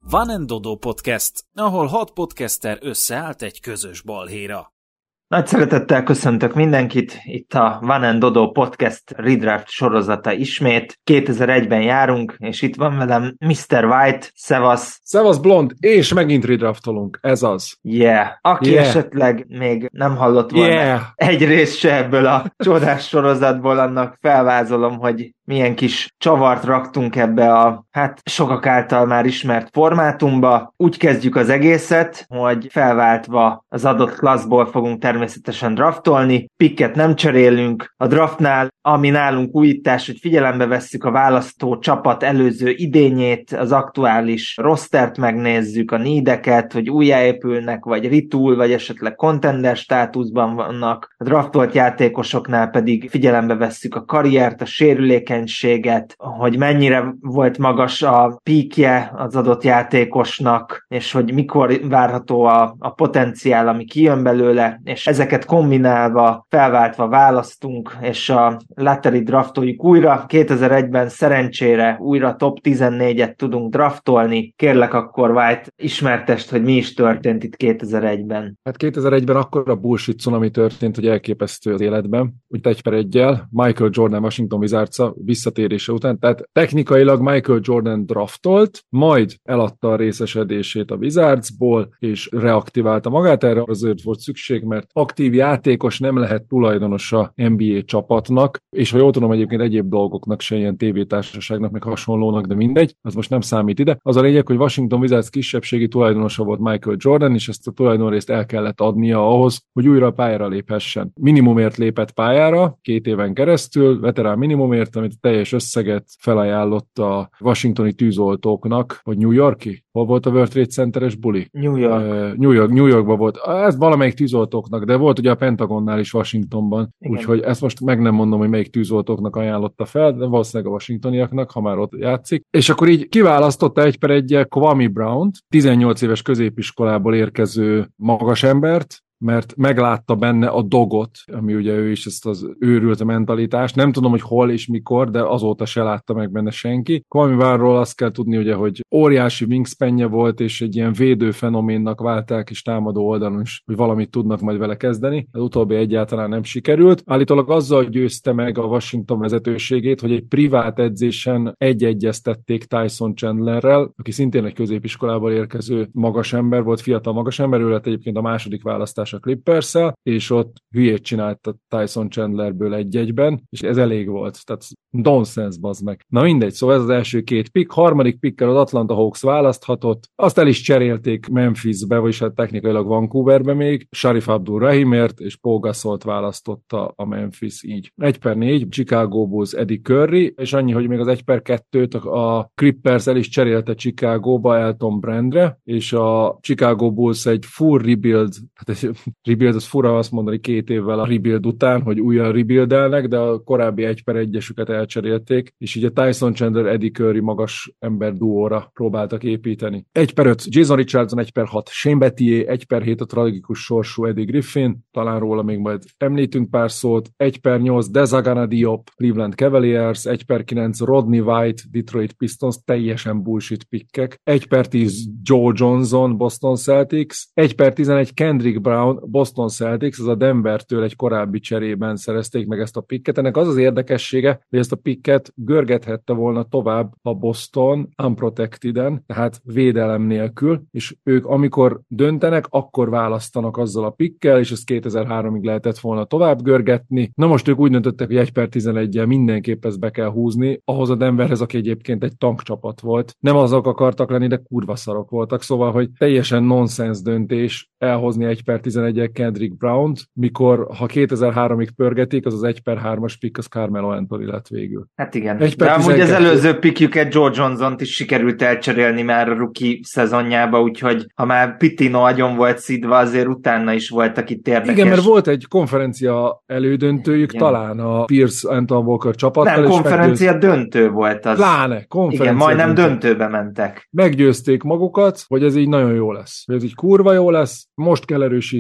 Van & Dodo Podcast, ahol 6 podcaster összeállt egy közös balhéra. Nagy szeretettel köszöntök mindenkit, itt a Van & Dodo Podcast Redraft sorozata ismét. 2001-ben járunk, és itt van velem Mr. White, szevasz! Szevasz Blond, és megint redraftolunk, ez az. Yeah! Aki esetleg még nem hallott volna egy részt se ebből a csodás sorozatból, annak felvázolom, hogy milyen kis csavart raktunk ebbe a, sokak által már ismert formátumba. Úgy kezdjük az egészet, hogy felváltva az adott klasszból fogunk természetesen draftolni, picket nem cserélünk. A draftnál, ami nálunk újítás, hogy figyelembe vesszük a választó csapat előző idényét, az aktuális rostert megnézzük, a needeket, hogy újjáépülnek, vagy retool, vagy esetleg contender státuszban vannak. A draftolt játékosoknál pedig figyelembe vesszük a karriert, a sérülékenységet, hogy mennyire volt magas a peakje az adott játékosnak, és hogy mikor várható a potenciál, ami kijön belőle, és ezeket kombinálva, felváltva választunk, és a lottery draftoljuk újra. 2001-ben szerencsére újra top 14-et tudunk draftolni. Kérlek akkor White, ismertest, hogy mi is történt itt 2001-ben. Hát 2001-ben akkora bullshit cunami történt, hogy elképesztő az életben. Úgy 1-1 Michael Jordan Washington Wizards-a visszatérése után, tehát technikailag Michael Jordan draftolt, majd eladta a részesedését a Wizardsból, és reaktiválta magát, erre azért volt szükség, mert aktív játékos nem lehet tulajdonosa NBA csapatnak, és ha jól tudom, egyébként egyéb dolgoknak se, ilyen tévétársaságnak, meg hasonlónak, de mindegy, az most nem számít ide. Az a lényeg, hogy Washington Wizards kisebbségi tulajdonosa volt Michael Jordan, és ezt a tulajdonrészt el kellett adnia ahhoz, hogy újra pályára léphessen. Minimumért lépett pályára 2 éven keresztül, veterán minimumért, amit a teljes összeget felajánlott a washingtoni tűzoltóknak, vagy New Yorki? Hol volt a World Trade Center-es buli? New York. New Yorkban volt. Ez valamelyik tűzoltóknak, de volt ugye a Pentagonnál is Washingtonban. Igen. Úgyhogy ezt most meg nem mondom, hogy melyik tűzoltóknak ajánlotta fel, de valószínűleg a washingtoniaknak, ha már ott játszik. És akkor így kiválasztotta 1-1 Kwame Brownt, 18 éves középiskolából érkező magas embert, mert meglátta benne a dogot, ami ugye ő is ezt az őrült mentalitást. Nem tudom, hogy hol és mikor, de azóta se látta meg benne senki. Kwame Brownról azt kell tudni, ugye, hogy óriási wingspanje volt, és egy ilyen védő fenoménnak válták is támadó oldalon is, hogy valamit tudnak majd vele kezdeni. Az utóbbi egyáltalán nem sikerült. Állítólag azzal győzte meg a Washington vezetőségét, hogy egy privát edzésen egyeztették Tyson Chandlerrel, aki szintén egy középiskolából érkező magas ember volt, fiatal magas ember, ő lett egyébként a második választás a Clippers-szel, és ott hülyét csinált a Tyson Chandlerből 1-1-ben, és ez elég volt. Tehát nonsense, bazd meg. Na mindegy, szóval ez az első 2 pick. Harmadik pickkel az Atlanta Hawks választhatott, azt el is cserélték Memphisbe, vagyis hát technikailag Vancouverbe még, Sharif Abdul-Rahimért, és Pau Gasolt választotta a Memphis így. 1-4, Chicago Bulls Eddie Curry, és annyi, hogy még az 1-2-t a Clippers el is cserélte Chicagóba Elton Brandre, és a Chicago Bulls egy full rebuild, rebuild, az fura azt mondani 2 évvel a rebuild után, hogy újra rebuildelnek, de a korábbi 1-1-esüket elcserélték, és így a Tyson Chandler Eddie Curry magas ember duóra próbáltak építeni. 1-5 Jason Richardson, 1-6 Shane Battier, 1-7 a tragikus sorsú Eddie Griffin, talán róla még majd említünk pár szót, 1-8 Desagana Diop, Cleveland Cavaliers, 1-9 Rodney White, Detroit Pistons, teljesen bullshit pickek, 1-10 Joe Johnson, Boston Celtics, 1-11 Kendrick Brown, Boston Celtics, az a Denvertől egy korábbi cserében szerezték meg ezt a picket. Ennek az az érdekessége, hogy ezt a picket görgethette volna tovább a Boston unprotected-en, tehát védelem nélkül, és ők amikor döntenek, akkor választanak azzal a pickkel, és ezt 2003-ig lehetett volna tovább görgetni. Na most ők úgy döntöttek, hogy 1/11-jel mindenképp ezt be kell húzni, ahhoz a Denverhez, aki egyébként egy tankcsapat volt. Nem azok akartak lenni, de kurva szarok voltak, szóval, hogy teljesen nonsens döntés elhozni 1/11-el Kendrick Brownt, mikor ha 2003-ig pörgetik, az az 1/3-as pick, az Carmelo Anthony lett végül. Hát igen. De amúgy az előző pickjüket Joe Johnson-t is sikerült elcserélni már a rookie szezonjába, úgyhogy ha már Pitino agyon volt szidva, azért utána is voltak itt érdekes. Igen, mert volt egy konferencia elődöntőjük, igen. Talán a Pierce Anton Walker csapattal. Nem, konferencia döntő volt az. Pláne, konferencia. Igen, majdnem döntőbe mentek. Meggyőzték magukat, hogy ez így nagyon jó lesz. Hogy ez így kurva jó lesz, most kell erősíteni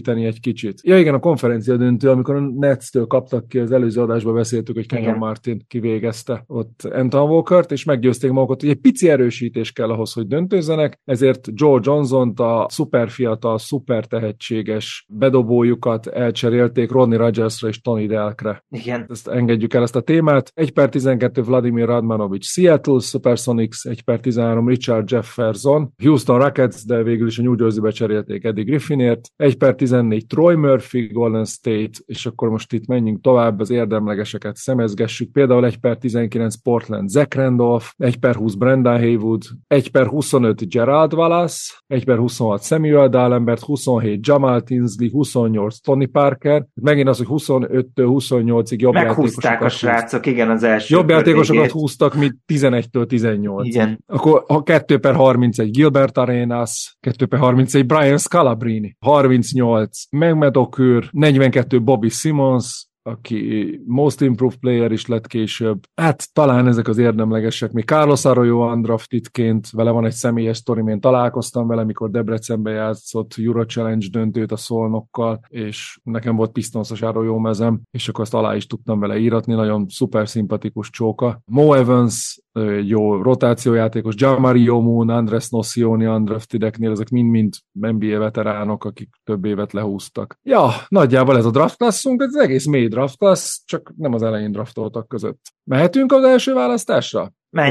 frissíteni egy kicsit. Ja igen, a konferencia döntő, amikor a Netstől kaptak ki, az előző adásban beszéltük, hogy Kenyon Martin kivégezte ott Anton Walkert, és meggyőzték magukat, hogy egy pici erősítés kell ahhoz, hogy döntőzzenek, ezért Joe Johnson-t, a szuperfiatal, szupertehetséges bedobójukat elcserélték Ronnie Rodgersra és Tony Delkre. Igen. Ezt engedjük el ezt a témát. 1/12 Vladimir Radmanovic Seattle Supersonics, 1/13 Richard Jefferson Houston Rockets, de végül is a New Jersey-be cserélték Eddie Griffinért, 1/14 Troy Murphy Golden State, és akkor most itt menjünk tovább, az érdemlegeseket szemezgessük. Például 1/19 Portland Zach Randolph, 1/20 Brendan Haywood, 1/25 Gerald Wallace, 1/26 Samuel Dalembert, 27 Jamal Tinsley, 28 Tony Parker, megint az, hogy 25-től 28-ig jobb meghúzták a srácok, igen, az első jobb játékosokat húztak, mint 11-től 18. Igen. Akkor a 2/31 Gilbert Arenas, 2/31 Brian Scalabrine, 38 Mehmet Okur, 42 Bobby Simmons, aki Most Improved Player is lett később. Hát talán ezek az érdemlegesek. Még Carlos Arroyo undraftedként, vele van egy személyes sztorim, én találkoztam vele, mikor Debrecenben játszott Euro Challenge döntőt a Szolnokkal, és nekem volt Pistonsos Arroyo mezem, és akkor azt alá is tudtam vele íratni, nagyon szuper szimpatikus csóka. Mo Evans, jó rotációjátékos, Jamario Moon, Andres Nocioni undraftedeknél, ezek mind-mind NBA veteránok, akik több évet lehúztak. Ja, nagyjából ez a draft classunk, ez egész mély draft class, csak nem az elején draftoltak között. Mehetünk az első választásra?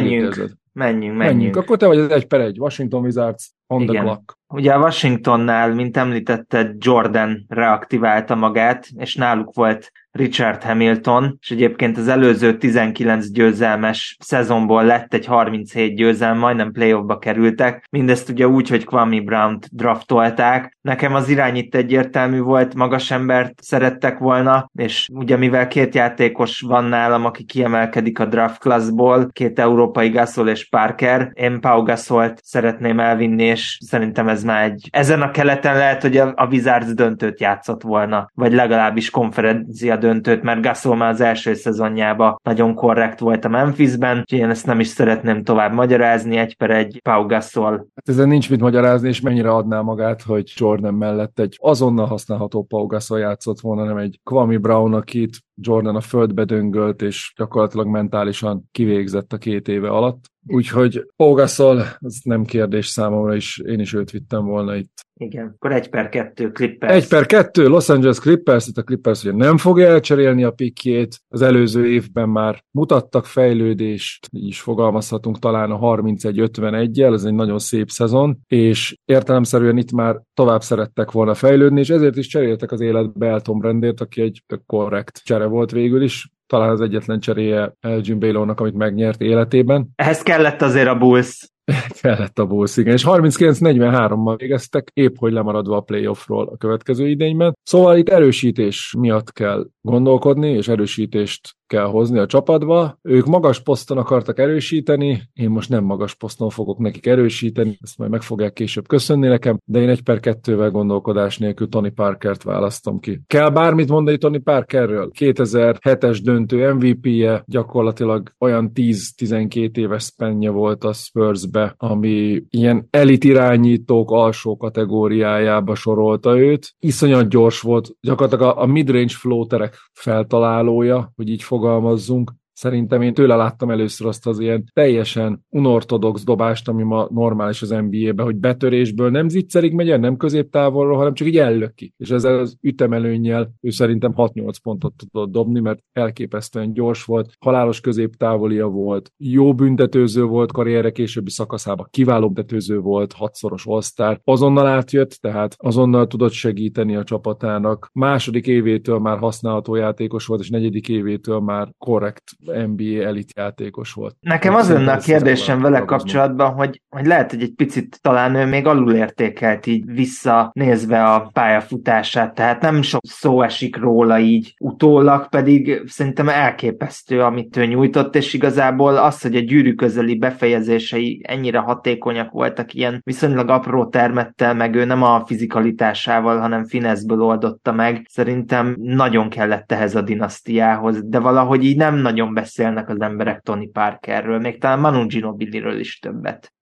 Menjünk. Akkor te vagy az 1/1, Washington Wizards on the clock. Ugye a Washingtonnál, mint említetted, Jordan reaktiválta magát, és náluk volt Richard Hamilton, és egyébként az előző 19 győzelmes szezonból lett egy 37 győzelm, majdnem playoffba kerültek. Mindezt ugye úgy, hogy Kwame Brownt draftolták. Nekem az irány itt egyértelmű volt, magas embert szerettek volna, és ugye mivel két játékos van nálam, aki kiemelkedik a draft classból, két európai Gasol és Parker, én Pau Gasolt szeretném elvinni, és szerintem ez már ezen a keleten lehet, hogy a Wizards döntőt játszott volna, vagy legalábbis konferencia döntőt, mert Gasol már az első szezonjában nagyon korrekt volt a Memphisben, úgyhogy én ezt nem is szeretném tovább magyarázni, 1/1 Pau Gasol. Hát ezen nincs mit magyarázni, és mennyire adná magát, hogy Jordan mellett egy azonnal használható Pau Gasol játszott volna, nem egy Kwame Brown, akit Jordan a földbe döngölt, és gyakorlatilag mentálisan kivégzett a 2 éve alatt. Úgyhogy Pau Gasol, ez nem kérdés számomra is, én is őt vittem volna itt. Igen, akkor 1/2 Clippers. 1/2 Los Angeles Clippers, itt a Clippers ugye nem fogja elcserélni a pickjét, az előző évben már mutattak fejlődést, így is fogalmazhatunk talán a 31-51-jel, ez egy nagyon szép szezon, és értelemszerűen itt már tovább szerettek volna fejlődni, és ezért is cseréltek az életbe Elton Brandért, aki egy korrekt csere volt végül is, talán az egyetlen cseréje Elgin Baylornak, amit megnyert életében. Ehhez kellett azért a Bulls. Kellett a Bulls, igen, és 39-43-mal végeztek, épp hogy lemaradva a playoffról a következő idényben. Szóval itt erősítés miatt kell gondolkodni, és erősítést kell hozni a csapatba. Ők magas poszton akartak erősíteni, én most nem magas poszton fogok nekik erősíteni, ezt majd meg fogják később köszönni nekem, de én 1/2 gondolkodás nélkül Tony Parkert választom ki. Kell bármit mondani Tony Parkerről? 2007-es döntő MVP-je, gyakorlatilag olyan 10-12 éves szpenje volt a Spursbe, ami ilyen elit irányítók alsó kategóriájába sorolta őt. Iszonyat gyors volt, gyakorlatilag a midrange floaterek feltalálója, hogy így fogalmazzunk. Szerintem én tőle láttam először azt az ilyen teljesen unortodox dobást, ami ma normális az NBA-ben, hogy betörésből nem zicserig megy, nem középtávolról, hanem csak így ellöki. És ezzel az ütemelőnnyel ő szerintem 6-8 pontot tudott dobni, mert elképesztően gyors volt, halálos középtávolia volt, jó büntetőző volt karriere későbbi szakaszában, kiváló büntetőző volt, 6-szoros all-star, azonnal átjött, tehát azonnal tudott segíteni a csapatának. Második évétől már használható játékos volt, és negyedik évétől már korrekt NBA elit játékos volt. Nekem az lenne a kérdésem vele kapcsolatban, hogy lehet, hogy egy picit talán ő még alulértékelt így visszanézve a pályafutását, tehát nem sok szó esik róla így utólag, pedig szerintem elképesztő, amit ő nyújtott, és igazából az, hogy a gyűrű közeli befejezései ennyire hatékonyak voltak, ilyen viszonylag apró termettel, meg ő nem a fizikalitásával, hanem fineszből oldotta meg, szerintem nagyon kellett ehhez a dinasztiához, de valahogy így nem nagyon beszélnek az emberek Tony Parkerről, még talán Manu Ginobiliről is többet.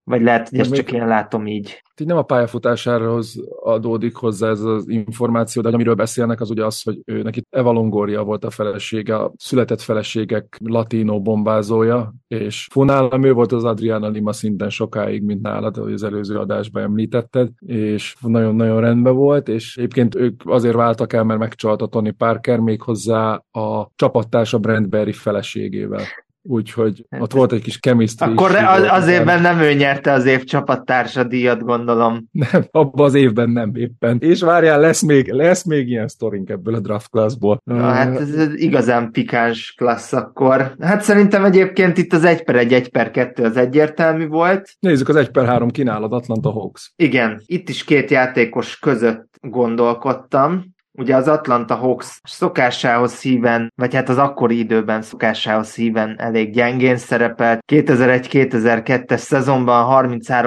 Vagy lehet, hogy ezt csak én látom így. Így nem a pályafutásához adódik hozzá ez az információ, de amiről beszélnek, az ugye az, hogy ő neki Eva Longoria volt a felesége, a született feleségek latino bombázója, és nálam ő volt az Adriana Lima szinten sokáig, mint nálad, ahogy az előző adásban említetted, és nagyon-nagyon rendben volt, és egyébként ők azért váltak el, mert megcsalt a Tony Parker, méghozzá a csapattársa Brent Barry feleségével. Úgyhogy ott volt egy kis chemistry. Akkor az évben nem ő nyerte az év csapattársa díjat, gondolom. Nem, abban az évben nem éppen. És várjál, lesz még ilyen sztorink ebből a draft classból. Hát ez igazán pikáns klassz akkor. Hát szerintem egyébként itt az 1/1, 1/2 az egyértelmű volt. Nézzük az 1/3 kínálad, Atlanta Hawks. Igen, itt is két játékos között gondolkodtam. Ugye az Atlanta Hawks szokásához híven, vagy hát az akkori időben szokásához híven elég gyengén szerepelt. 2001-2002-es szezonban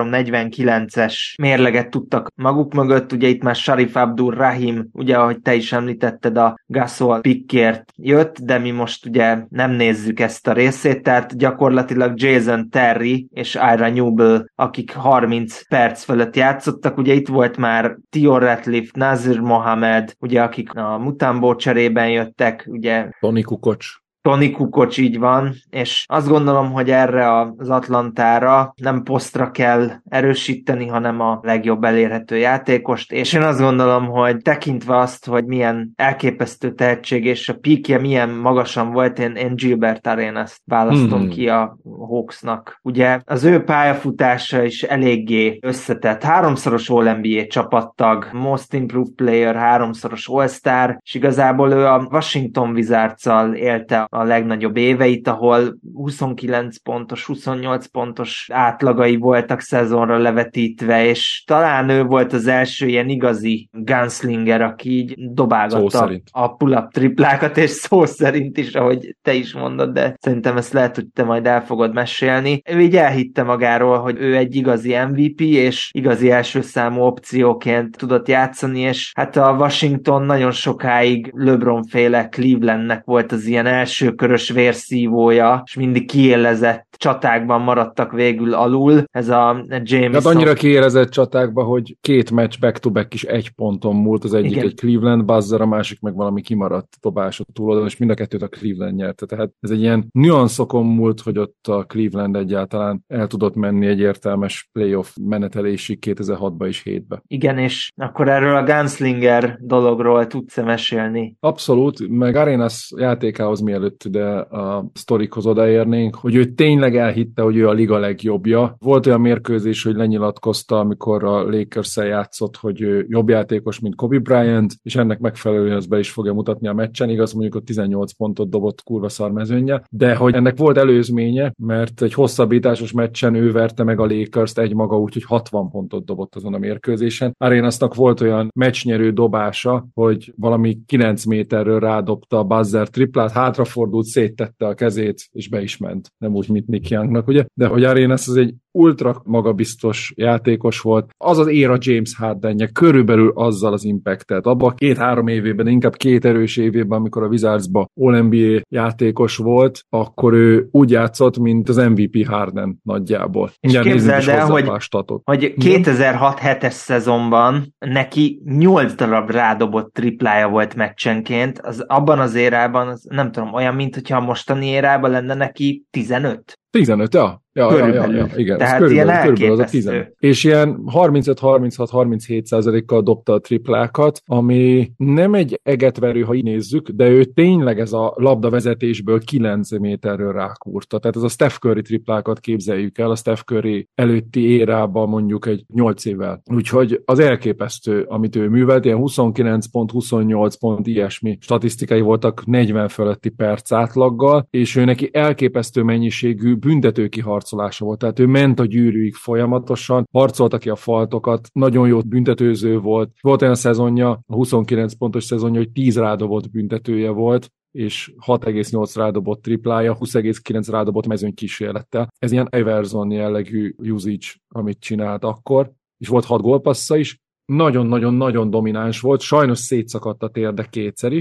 33-49-es mérleget tudtak maguk mögött, ugye itt már Sharif Abdur-Rahim, ugye ahogy te is említetted, a Gasol pickért jött, de mi most ugye nem nézzük ezt a részét, tehát gyakorlatilag Jason Terry és Ira Newble, akik 30 perc fölött játszottak, ugye itt volt már Theo Ratliff, Nazir Mohamed, ugye akik a Mutombo cserében jöttek, ugye Tony Kukoc, így van, és azt gondolom, hogy erre az Atlantára nem posztra kell erősíteni, hanem a legjobb elérhető játékost, és én azt gondolom, hogy tekintve azt, hogy milyen elképesztő tehetség, és a peakje milyen magasan volt, én Gilbert Arenas választom ki a Hawksnak. Ugye az ő pályafutása is eléggé összetett. 3-szoros All-NBA csapattag, Most Improved Player, 3-szoros All-Star, és igazából ő a Washington Wizardsszal élte a legnagyobb éveit, ahol 29 pontos, 28 pontos átlagai voltak szezonra levetítve, és talán ő volt az első ilyen igazi gunslinger, aki így dobálgatta a pull-up triplákat, és szó szerint is, ahogy te is mondod, de szerintem ezt lehet, hogy te majd el fogod mesélni. Ő így elhitte magáról, hogy ő egy igazi MVP, és igazi első számú opcióként tudott játszani, és hát a Washington nagyon sokáig LeBron-féle Clevelandnek volt az ilyen első körös vérszívója, és mindig kiélezett csatákban maradtak végül alul. Ez a Jameson... Hát annyira kiélezett csatákban, hogy 2 meccs back-to-back is 1 ponton múlt, az egyik egy Cleveland buzzer, a másik meg valami kimaradt dobás a túloldalon, és mind a kettőt a Cleveland nyerte. Tehát ez egy ilyen nüanszokon múlt, hogy ott a Cleveland egyáltalán el tudott menni egy értelmes playoff menetelésig 2006-ba és 2007-be. Igen, és akkor erről a gunslinger dologról tudsz mesélni? Abszolút, meg Arenas játékához mielőtt de a sztorikhoz odaérnénk, hogy ő tényleg elhitte, hogy ő a liga legjobbja. Volt olyan mérkőzés, hogy lenyilatkozta, amikor a Lakers-szel játszott, hogy ő jobb játékos, mint Kobe Bryant, és ennek megfelelően ezt be is fogja mutatni a meccsen. Igaz, mondjuk ott 18 pontot dobott kurva szar mezőnye, de hogy ennek volt előzménye, mert egy hosszabbításos meccsen ő verte meg a Lakers-t egymaga úgy, hogy 60 pontot dobott azon a mérkőzésen. Arenasnak volt olyan meccsnyerő dobása, hogy valami 9 méterről rádobta a buzzer triplát, hátrafordult, széttette a kezét, és be is ment. Nem úgy, mint Nick Youngnak, ugye? De hogy Arenas az egy ultra magabiztos játékos volt. Az az éra James Hardenje körülbelül azzal az impactet. Abban a 2-3 évében, inkább 2 erős évében, amikor a Wizardsban All-NBA játékos volt, akkor ő úgy játszott, mint az MVP Harden nagyjából. És képzeld el, hogy 2006-7-es szezonban neki 8 darab rádobott triplája volt meccsenként. Abban az érában, nem tudom, olyan, mint hogyha a mostani érában lenne neki 15. 15, ja, igen. Tehát ilyen elképesztő. Az a 15. És ilyen 35-36-37%-kal dobta a triplákat, ami nem egy egetverő, ha így nézzük, de ő tényleg ez a labdavezetésből 9 méterről rákúrta. Tehát ez a Steph Curry triplákat képzeljük el, a Steph Curry előtti érában mondjuk egy 8 évvel. Úgyhogy az elképesztő, amit ő művelt, ilyen 29 pont, 28 pont, ilyesmi statisztikai voltak 40 fölötti perc átlaggal, és ő neki elképesztő mennyiségű büntetőkiharcolása volt, tehát ő ment a gyűrűig folyamatosan, harcolta ki a faltokat, nagyon jó büntetőző volt. Volt olyan szezonja, a 29 pontos szezonja, hogy 10 rádobott büntetője volt, és 6,8 rádobott triplája, 20,9 rádobott mezőny kísérlettel. Ez ilyen Iverson jellegű usage, amit csinált akkor, és volt 6 gólpassza is, nagyon-nagyon-nagyon domináns volt, sajnos szétszakadt a térde 2-szer is,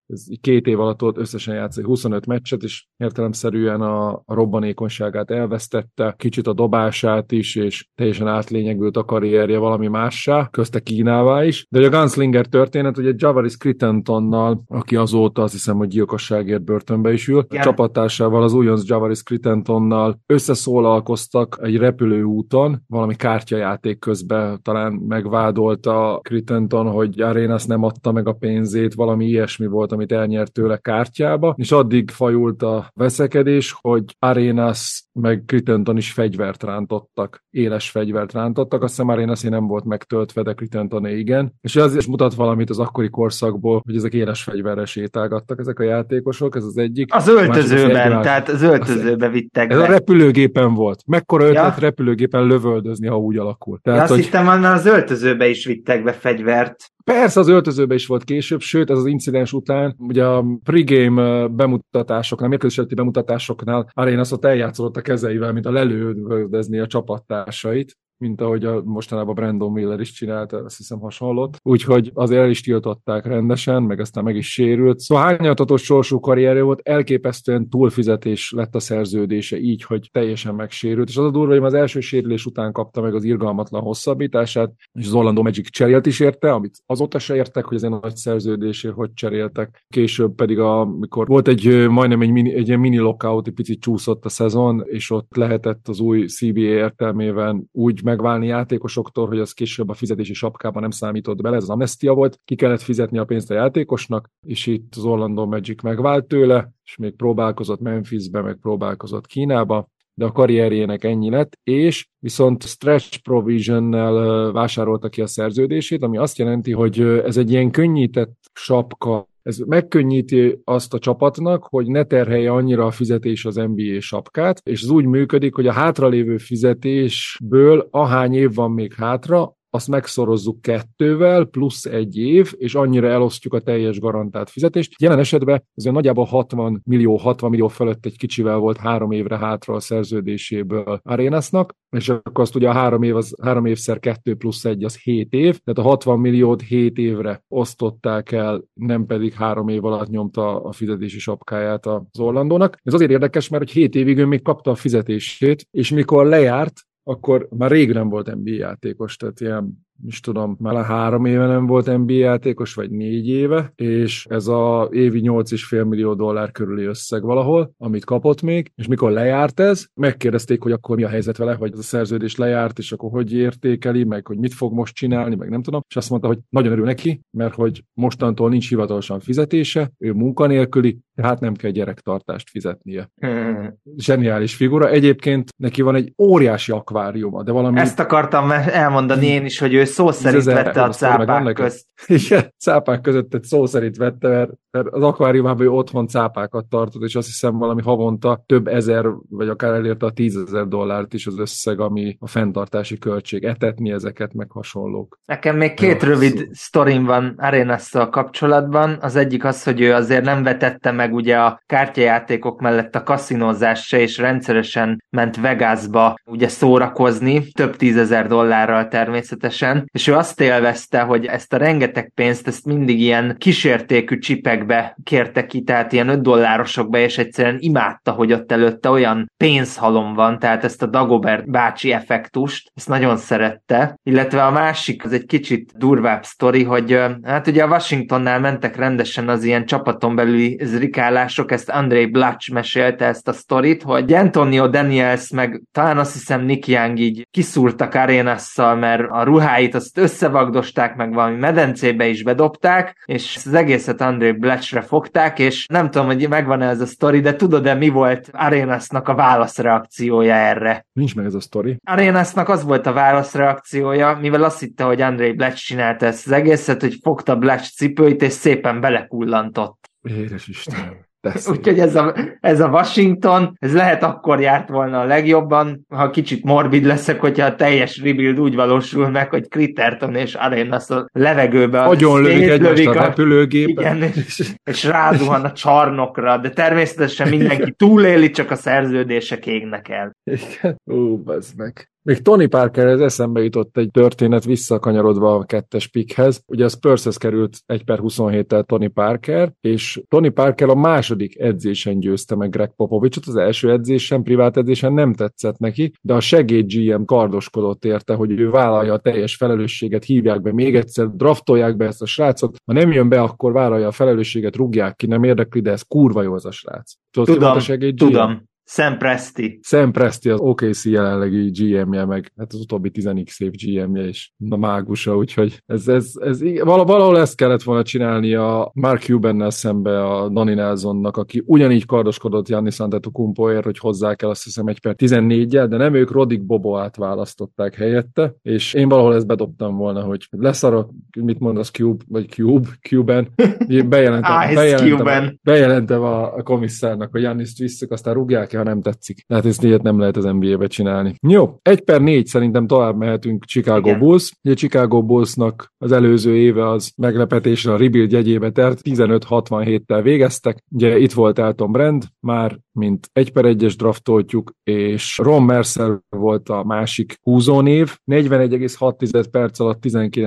ez 2 év alatt ott összesen játszik 25 meccset, és értelemszerűen a robbanékonyságát elvesztette, kicsit a dobását is, és teljesen átlényegült a karrierje valami mássá, közte Kínává is. De a Gunslinger történet, ugye Javaris Crittentonnal, aki azóta azt hiszem, hogy gyilkosságért börtönbe is ül, a csapattársával, az újonc Javaris Crittentonnal összeszólalkoztak egy repülőúton, valami kártyajáték közben talán megvádolta Crittenton, hogy Arenas nem adta meg a pénzét, valami ilyesmi volt, amit elnyert tőle kártyába, és addig fajult a veszekedés, hogy Arenas meg Crittenton is fegyvert rántottak, éles fegyvert rántottak, azt hiszem Arenasé nem volt megtöltve, de Crittentoné igen, és ez is mutat valamit az akkori korszakból, hogy ezek éles fegyverre sétálgattak ezek a játékosok, ez az egyik. Az öltözőben, tehát az öltözőbe vittek be. Ez a repülőgépen volt. Mekkora ötlet repülőgépen lövöldözni, ha úgy alakul. Tehát, azt hittem, hogy az öltözőbe is vittek be fegyvert. Persze az öltözőbe is volt később, sőt ez az incidens után, ugye a pregame bemutatásoknál, mérkőzési bemutatásoknál Arenas ott eljátszott a kezeivel, mint a lelövöldözni a csapattársait, mint ahogy mostanában Brandon Miller is csinálta, azt hiszem hasonlót. Úgyhogy azért el is tiltották rendesen, meg aztán meg is sérült. Szóval hányatatos sorsú karrierje volt, elképesztően túlfizetés lett a szerződése így, hogy teljesen megsérült. És az a durva, hogy az első sérülés után kapta meg az irgalmatlan hosszabbítását, és az Orlando Magic cserélt is érte, amit azóta se értek, hogy ezen a nagy szerződésért hogy cseréltek. Később pedig, amikor volt majdnem egy ilyen mini lockout, egy picit csúszott a szezon, és ott lehetett az új CBA értelmében úgy megválni játékosoktól, hogy az később a fizetési sapkában nem számított bele, ez az amnestia volt, ki kellett fizetni a pénzt a játékosnak, és itt az Orlando Magic megvált tőle, és még próbálkozott Memphisbe, meg próbálkozott Kínába, de a karrierjének ennyi lett, és viszont stretch provision-nel vásárolta ki a szerződését, ami azt jelenti, hogy ez egy ilyen könnyített sapka. Ez megkönnyíti azt a csapatnak, hogy ne terhelje annyira a fizetés az NBA sapkát, és ez úgy működik, hogy a hátralévő fizetésből ahány év van még hátra, azt megszorozzuk 2-vel, plusz 1 év, és annyira elosztjuk a teljes garantált fizetést. Jelen esetben azért nagyjából 60 millió fölött egy kicsivel volt 3 évre hátra a szerződéséből Arenasnak, és akkor azt ugye a 3 évszer 2 plusz 1 az 7 év, tehát a 60 milliót 7 évre osztották el, nem pedig 3 év alatt nyomta a fizetési sapkáját az Orlandónak. Ez azért érdekes, mert hogy 7 évig ő még kapta a fizetését, és mikor lejárt, akkor már rég nem volt NBA játékos, tehát ilyen, is tudom, már 3 éve nem volt NBA játékos, vagy 4 éve, és ez a évi $8,5 millió körüli összeg valahol, amit kapott még, és mikor lejárt ez, megkérdezték, hogy akkor mi a helyzet vele, hogy ez a szerződés lejárt, és akkor hogy értékeli, meg hogy mit fog most csinálni, meg nem tudom, és azt mondta, hogy nagyon örül neki, mert hogy mostantól nincs hivatalosan fizetése, ő munkanélküli, tehát nem kell gyerektartást fizetnie. Zseniális figura. Egyébként neki van egy óriási akváriuma, de valami... Ezt akartam elmondani én is, hogy ő szó szerint vette a cápák közt. Igen, cápák között egy szó szerint vette, mert az akváriumában ő otthon cápákat tartott, és azt hiszem valami havonta több ezer, vagy akár elérte a $10,000 is az összeg, ami a fenntartási költség. Etetni ezeket, meg hasonlók. Nekem még 2 rövid sztorim van Arenasszal kapcsolatban. Az egyik az, hogy ő azért nem vetette meg ugye a kártyajátékok mellett a kaszinózást se, és rendszeresen ment Vegasba ugye szórakozni, több $10,000 természetesen, és ő azt élvezte, hogy ezt a rengeteg pénzt, ezt mindig ilyen kisértékű csipekbe kérte ki, tehát ilyen $5-osokba, és egyszerűen imádta, hogy ott előtte olyan pénzhalom van, tehát ezt a Dagobert bácsi effektust, ezt nagyon szerette, illetve a másik, az egy kicsit durvább sztori, hogy hát ugye a Washingtonnál mentek rendesen az ilyen csapaton belüli zrikálások, ezt Andrei Blatch mesélte ezt a sztorit, hogy Antonio Daniels meg talán azt hiszem Nick Young így kiszúrtak Arenasszal, mert a ruháit azt összevagdosták, meg valami medencébe is bedobták, és az egészet Andrei Blatchre fogták, és nem tudom, hogy megvan-e ez a sztori, de tudod-e, mi volt Arenasnak a válaszreakciója erre? Nincs meg ez a sztori. Arenasnak az volt a válaszreakciója, mivel azt hitte, hogy Andrei Blatch csinálta ezt az egészet, hogy fogta Blatch cipőit, és szépen belekullantott. Édes Istenem. Úgyhogy ez a Washington, ez lehet akkor járt volna a legjobban, ha kicsit morbid leszek, hogyha a teljes rebuild úgy valósul meg, hogy Critterton és Arenas a levegőbe agyonlövik egymást a repülőgépen. Igen, és rázuhan a csarnokra, de természetesen mindenki túléli, csak a szerződések égnek el. Igen. Bazd meg. Még Tony Parkerhez eszembe jutott egy történet visszakanyarodva a 2-es pickhez. Ugye a Spurshez került 1/27-tel Tony Parker, és Tony Parker a második edzésen győzte meg Greg Popovichot, az első edzésen, privát edzésen nem tetszett neki, de a segéd GM kardoskodott érte, hogy ő vállalja a teljes felelősséget, hívják be még egyszer, draftolják be ezt a srácot, ha nem jön be, akkor vállalja a felelősséget, rúgják ki, nem érdekli, de ez kurva jó az a srác. Tudom. Sam Presti az OKC jelenlegi GM-je, meg hát az utóbbi 10x év GM-je is a mágusa, úgyhogy ez valahol ezt kellett volna csinálni a Mark Cubannel szembe a Donnie Nelsonnak, aki ugyanígy kardoskodott Giannis Antetokounmpoért, hogy hozzák el azt hiszem 1/14-jel, de nem ők Roddick Boboát választották helyette, és én valahol ezt bedobtam volna, hogy leszarok, mit mondasz Cuban, bejelentem a komisszárnak, hogy Giannist visszük, aztán rúgják, ha nem tetszik. Tehát ezt ilyet nem lehet az NBA-be csinálni. Jó, 1/4 szerintem tovább mehetünk Chicago Bulls. Ugye Chicago Bullsnak az előző éve az meglepetésre a rebuild jegyébe tert, 15-67-tel végeztek. Ugye itt volt Elton Brand, már mint 1/1-es draftoltjuk, és Ron Mercer volt a másik húzónév. 41,6 perc alatt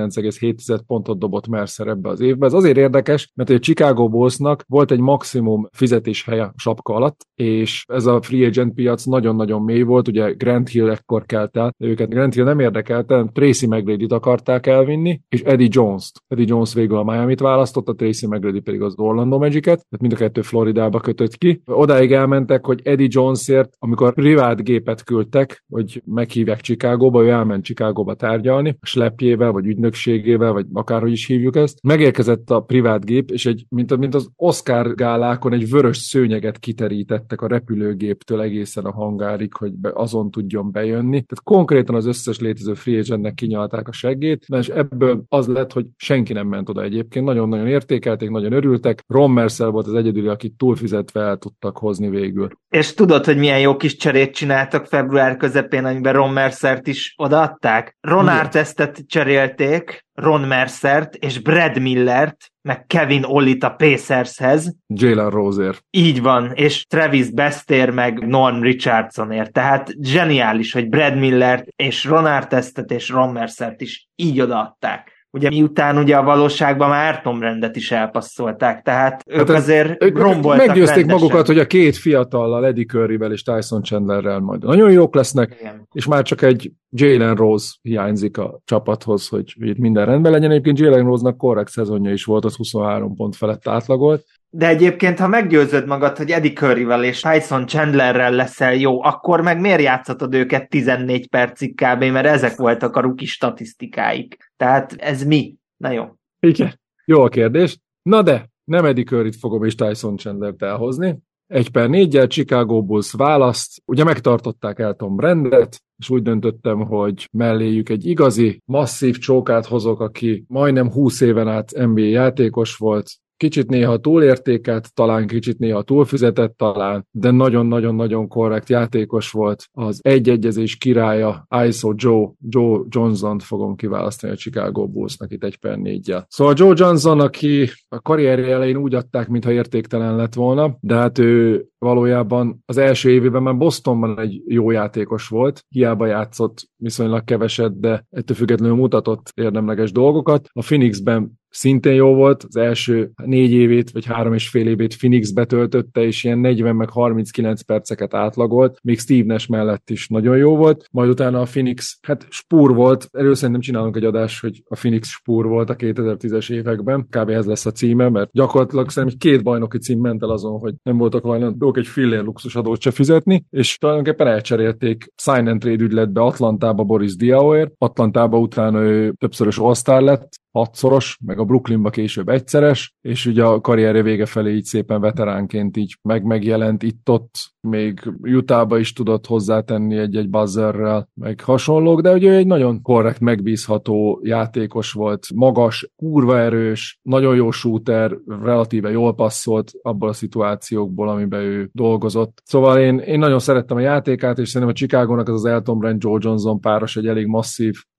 19,7 pontot dobott Mercer ebbe az évbe. Ez azért érdekes, mert a Chicago Bullsnak volt egy maximum fizetéshelye a sapka alatt, és ez a free agent piac nagyon-nagyon mély volt, ugye Grant Hill ekkor kelt el, de őket Grant Hill nem érdekelte, Tracy McGrady-t akarták elvinni, és Eddie Jones-t. Eddie Jones végül a Miami-t választotta, Tracy McGrady pedig az Orlando Magic-et, tehát mind a kettő Floridába kötött ki. Odáig elmentek, hogy Eddie Jonesért, amikor privát gépet küldtek, hogy meghívják Chicagóba, ő elment Chicagóba tárgyalni, slepjével, vagy ügynökségével, vagy akárhogy is hívjuk ezt. Megérkezett a privát gép, és mint az Oscar gálákon egy vörös szőnyeget kiterítettek a repülőgéptől egészen a hangárig, hogy azon tudjon bejönni. Tehát konkrétan az összes létező free agentnek kinyalták a seggét, és ebből az lett, hogy senki nem ment oda egyébként. Nagyon-nagyon értékelték, nagyon örültek. Ron Mercer volt az egyedüli, akit túlfizetve el tudtak hozni végül. És tudod, hogy milyen jó kis cserét csináltak február közepén, amiben Ron Mercert is odaadták? Ron Artestet cserélték, Ron Mercert és Brad Millert, meg Kevin Ollit a Pacershez. Jalen Rozier. Így van, és Travis Bestier meg Norm Richardsonért. Tehát zseniális, hogy Brad Millert és Ron Artestet és Ron Mercert is így odaadták. Ugye miután ugye a valóságban már Tom Brandet is elpasszolták, tehát ők azért romboltak meggyőzték rendesen. magukat, hogy a két fiatallal, Eddie Curryvel és Tyson Chandlerrel majd nagyon jók lesznek, igen. És már csak egy Jalen Rose hiányzik a csapathoz, hogy itt minden rendben legyen. Egyébként Jalen Rose-nak korrekt szezonja is volt, az 23 pont felett átlagolt. De egyébként, ha meggyőzöd magad, hogy Eddie Curryvel és Tyson Chandlerrel leszel jó, akkor meg miért játszhatod őket 14 percig kb., mert ezek voltak a rookie statisztikáik. Tehát ez mi? Na jó. Igen, jó a kérdés. Na de, nem Eddie Curryt fogom és Tyson Chandlert elhozni. 1/4-jel Chicago Bulls választ. Ugye megtartották Elton Brandet, és úgy döntöttem, hogy melléjük egy igazi, masszív csókát hozok, aki majdnem 20 éven át NBA játékos volt, kicsit néha túlértékelt, talán kicsit néha túlfizetett talán, de nagyon-nagyon-nagyon korrekt játékos volt. Az egyegyezés királya, ISO Joe Johnson-t fogom kiválasztani a Chicago Bullsnak itt 1/4-jel. Szóval Joe Johnson, aki a karrierje elején úgy adták, mintha értéktelen lett volna, de hát ő valójában az első évében már Bostonban egy jó játékos volt, hiába játszott viszonylag keveset, de ettől függetlenül mutatott érdemleges dolgokat. A Phoenixben szintén jó volt, az első 4 évét, vagy 3,5 évét Phoenixbe töltötte, és ilyen 40 meg 39 perceket átlagolt, még Steve Nash mellett is nagyon jó volt, majd utána a Phoenix, hát spúr volt, erről szerintem csinálunk egy adást, hogy a Phoenix spúr volt a 2010-es években, kb. Ez lesz a címe, mert gyakorlatilag szerintem 2 bajnoki cím ment el azon, hogy nem voltak hajlandók egy fillér luxusadót se fizetni, és tulajdonképpen elcserélték sign and trade ügyletbe Atlantába Boris Diawért, Atlantába utána ő többszörös all-star lett, 6-szoros, meg a Brooklynba később egyszeres, és ugye a karrierje vége felé így szépen veteránként így megjelent itt-ott, még Utahba is tudott hozzátenni egy buzzerrel, meg hasonlók, de ugye egy nagyon korrekt, megbízható játékos volt, magas, kurva erős, nagyon jó shooter, relatíve jól passzolt abból a szituációkból, amiben ő dolgozott. Szóval én nagyon szerettem a játékát, és szerintem a Chicagónak az Elton Brand, Joe Johnson páros egy elég masszív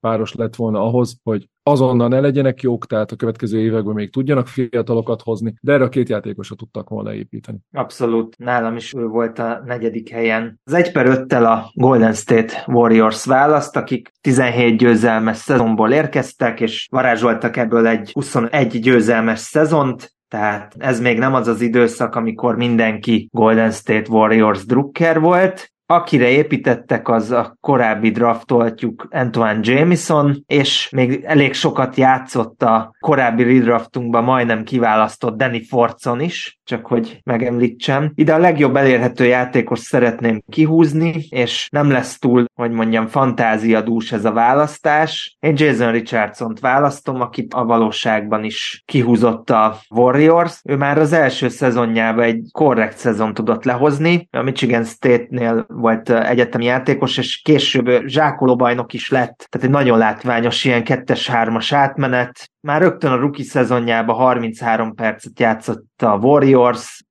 páros lett volna ahhoz, hogy azonnal ne legyenek jók, tehát a következő években még tudjanak fiatalokat hozni, de erre a két játékosra tudtak volna építeni. Abszolút, nálam is ő volt a 4. helyen. Az 1/5-tel a Golden State Warriors választ, akik 17 győzelmes szezonból érkeztek, és varázsoltak ebből egy 21 győzelmes szezont, tehát ez még nem az az időszak, amikor mindenki Golden State Warriors drukker volt. Akire építettek, az a korábbi draftoltjuk Antoine Jamison, és még elég sokat játszott a korábbi redraftunkban majdnem kiválasztott Danny Fortson is, csak hogy megemlítsem. Ide a legjobb elérhető játékos szeretném kihúzni, és nem lesz túl, hogy mondjam, fantáziadús ez a választás. Én Jason Richardsont választom, akit a valóságban is kihúzott a Warriors. Ő már az első szezonjában egy korrekt szezon tudott lehozni. A Michigan State-nél volt egyetemi játékos, és később zsákolóbajnok is lett. Tehát egy nagyon látványos ilyen 2-3-as átmenet. Már rögtön a rookie szezonjában 33 percet játszott a Warriors,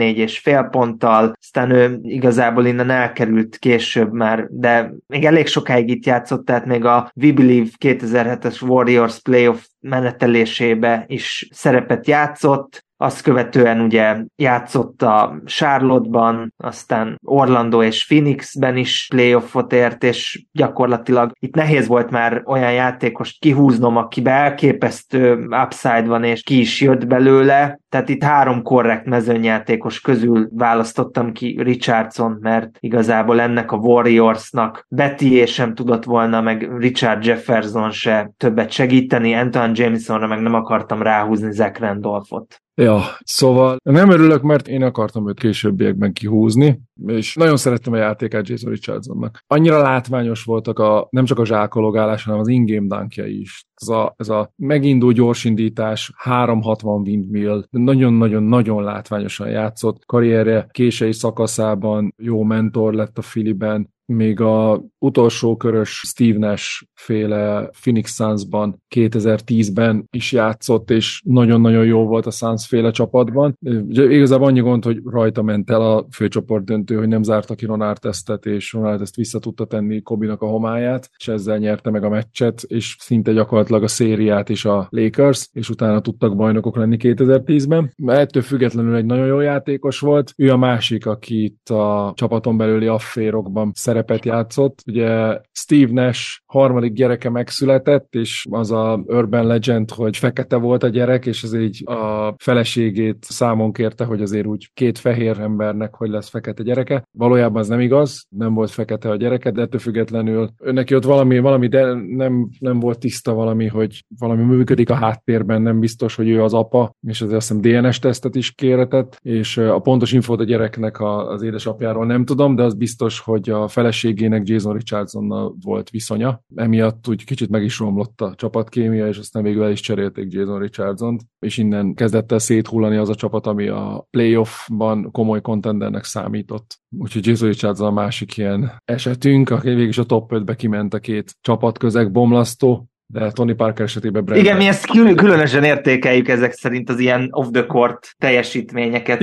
14,5 ponttal, aztán ő igazából innen elkerült később már, de még elég sokáig itt játszott, tehát még a We Believe 2007-es Warriors playoff menetelésébe is szerepet játszott. Azt követően ugye játszott a Charlotte-ban, aztán Orlando és Phoenixben is playoffot ért, és gyakorlatilag itt nehéz volt már olyan játékost kihúznom, akiben elképesztő upside van, és ki is jött belőle. Tehát itt 3 korrekt mezőnyjátékos közül választottam ki Richardson, mert igazából ennek a Warriorsnak Betty sem tudott volna, meg Richard Jefferson se többet segíteni, Antoine Jamesonra meg nem akartam ráhúzni Zach Randolphot. Ja, szóval nem örülök, mert én akartam őt későbbiekben kihúzni, és nagyon szerettem a játékát Jason Richardsonnak. Annyira látványos voltak nem csak a zsákologálás, hanem az in-game dunkjai is. Ez a meginduló gyorsindítás, 360 windmill, nagyon-nagyon-nagyon látványosan játszott. Karrierje késői szakaszában jó mentor lett a Phillyben, még a utolsó körös Steve Nash féle Phoenix Sunsban 2010-ben is játszott, és nagyon-nagyon jó volt a Suns féle csapatban. Igazából annyi gond, hogy rajta ment el a főcsoport döntő, hogy nem zárta ki Ron Artestet, és Ron Artest vissza tudta tenni Kobinak a homályát, és ezzel nyerte meg a meccset, és szinte gyakorlatilag a szériát is a Lakers, és utána tudtak bajnokok lenni 2010-ben. Ettől függetlenül egy nagyon jó játékos volt. Ő a másik, aki itt a csapaton belüli afférokban szerepet játszott. Ugye Steve Nash harmadik gyereke megszületett, és az a urban legend, hogy fekete volt a gyerek, és azért így a feleségét számon kérte, hogy azért úgy 2 fehér embernek hogy lesz fekete gyereke. Valójában ez nem igaz, nem volt fekete a gyereke, de ettől függetlenül neki ott valami de nem volt tiszta valami, hogy valami működik a háttérben, nem biztos, hogy ő az apa, és azért azt hiszem DNS-tesztet is kéretett, és a pontos infót a gyereknek az édesapjáról nem tudom, de az biztos, hogy a feleségének Jason Richardsonnal volt viszonya. Emiatt úgy kicsit meg is romlott a csapatkémia, és aztán végül el is cserélték Jason Richardsont, és innen kezdett el széthullani az a csapat, ami a playoffban komoly contendernek számított. Úgyhogy Jason Richardson a másik ilyen esetünk, aki végig is a top 5-be kiment a 2 csapatközeg bomlasztó, de Tony Parker esetében Brandon. Igen, mi ezt különösen értékeljük ezek szerint az ilyen off-the-court teljesítményeket.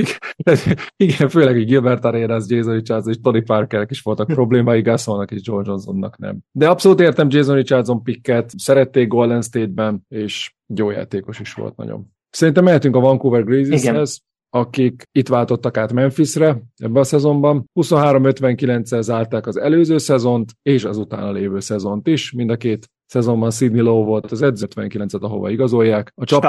Igen, főleg egy Gilbert Arenas, Jason Richardson és Tony Parkernek is voltak problémái, Gasolnak és George Johnsonnak nem. De abszolút értem Jason Richardson picket, szerették Golden State-ben, és jó játékos is volt nagyon. Szerintem mehetünk a Vancouver Grizzlieshez, akik itt váltottak át Memphisre ebben a szezonban. 23-59-el zárták az előző szezont, és az utána lévő szezont is. Mind a 2 szezonban Sidney Lowe volt az edző, 59-et, ahova igazolják.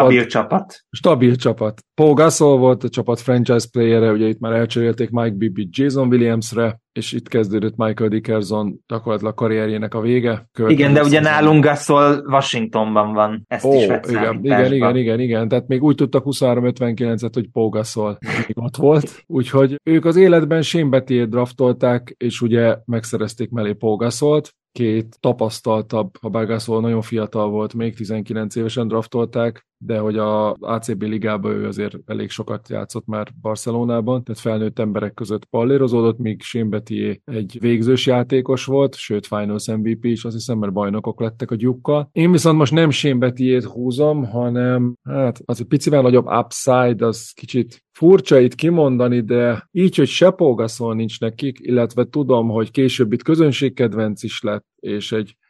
Stabil csapat. Paul Gasol volt a csapat franchise playere, ugye itt már elcserélték Mike Bibby Jason Williamsre, és itt kezdődött Michael Dickerson gyakorlatilag karrierjének a vége. Igen, de ugye nálunk Gasol Washingtonban van. Ezt is vett számításba. Igen. Tehát még úgy tudtak 23-59-et, hogy Paul Gasol még ott volt. Úgyhogy ők az életben Shane Battier draftolták, és ugye megszerezték mellé Paul Gasolt. 2 tapasztaltabb, ha bár Gasol nagyon fiatal volt, még 19 évesen draftolták, de hogy az ACB ligában ő azért elég sokat játszott már Barcelonában, tehát felnőtt emberek között pallérozódott, míg Shane Battier egy végzős játékos volt, sőt Finals MVP is, azt hiszem, mert bajnokok lettek a Duke-kal. Én viszont most nem Shane Battiert húzom, hanem az egy picivel nagyobb upside, az kicsit furcsa itt kimondani, de így, hogy se Paul Gasol nincs nekik, illetve tudom, hogy később itt közönségkedvenc is lett, és egy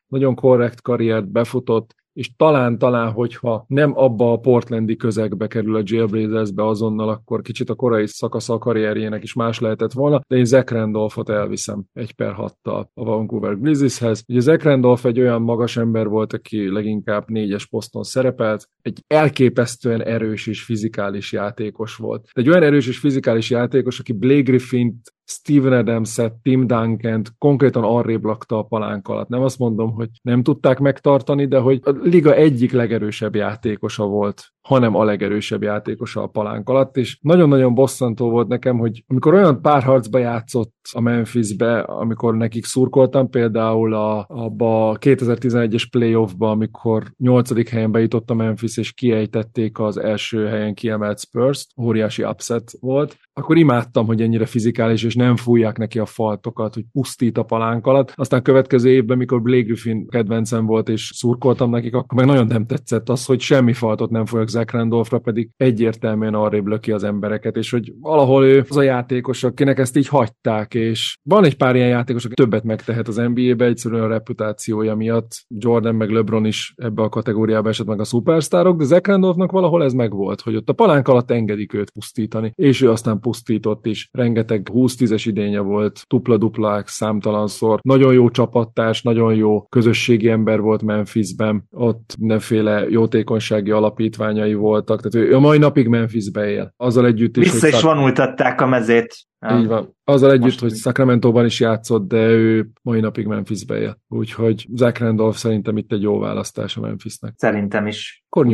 nagyon korrekt karriert befutott, és talán, hogyha nem abba a portlandi közegbe kerül a Jailblazersbe azonnal, akkor kicsit a korai szakasza a karrierjének is más lehetett volna, de én Zach Randolph-ot elviszem 1/6-tal a Vancouver Grizzlieshez. Ugye Zach Randolph egy olyan magas ember volt, aki leginkább 4-es poszton szerepelt, egy elképesztően erős és fizikális játékos volt. Egy olyan erős és fizikális játékos, aki Blake Griffint, Steven Adams-et, Tim Duncant konkrétan arrébb lakta a palánk alatt. Nem azt mondom, hogy nem tudták megtartani, de hogy a liga egyik legerősebb játékosa volt, hanem a legerősebb játékosa a palánk alatt, és nagyon-nagyon bosszantó volt nekem, hogy amikor olyan párharcba játszott a Memphisbe, amikor nekik szurkoltam, például abba a 2011-es playoffba, amikor 8. helyen bejutott a Memphis, és kiejtették az első helyen kiemelt Spurs-t, óriási upset volt, akkor imádtam, hogy ennyire fizikális, és nem fújják neki a faltokat, hogy pusztít a palánk alatt. Aztán következő évben, mikor Blake Griffin kedvencem volt, és szurkoltam nekik, akkor meg nagyon nem tetszett az, hogy semmi faltot nem fújják Zach Randolphra, pedig egyértelműen arrébb löki az embereket, és hogy valahol ő az a játékos, akinek ezt így hagyták, és van egy pár ilyen játékos, aki többet megtehet az NBA-be, egyszerűen a reputációja miatt. Jordan meg LeBron is ebbe a kategóriába esett meg a szupersztárok, de Zach Randolphnak valahol ez megvolt, hogy ott a palánk alatt engedik őt pusztítani, és ő aztán pusztított is. Rengeteg 20-10-es idénye volt, dupla-duplák számtalanszor. Nagyon jó csapattárs, nagyon jó közösségi ember volt Memphisben, ott mindenféle jótékonysági alapítványai voltak, tehát ő a mai napig Memphisbe él. Azzal együtt is, vissza is vonultatták a mezét. Így van. Azzal együtt, hogy Sacramento-ban is játszott, de ő mai napig Memphisbe él. Úgyhogy Zach Randolph szerintem itt egy jó választás a Memphisnek. Szerintem is. Akkor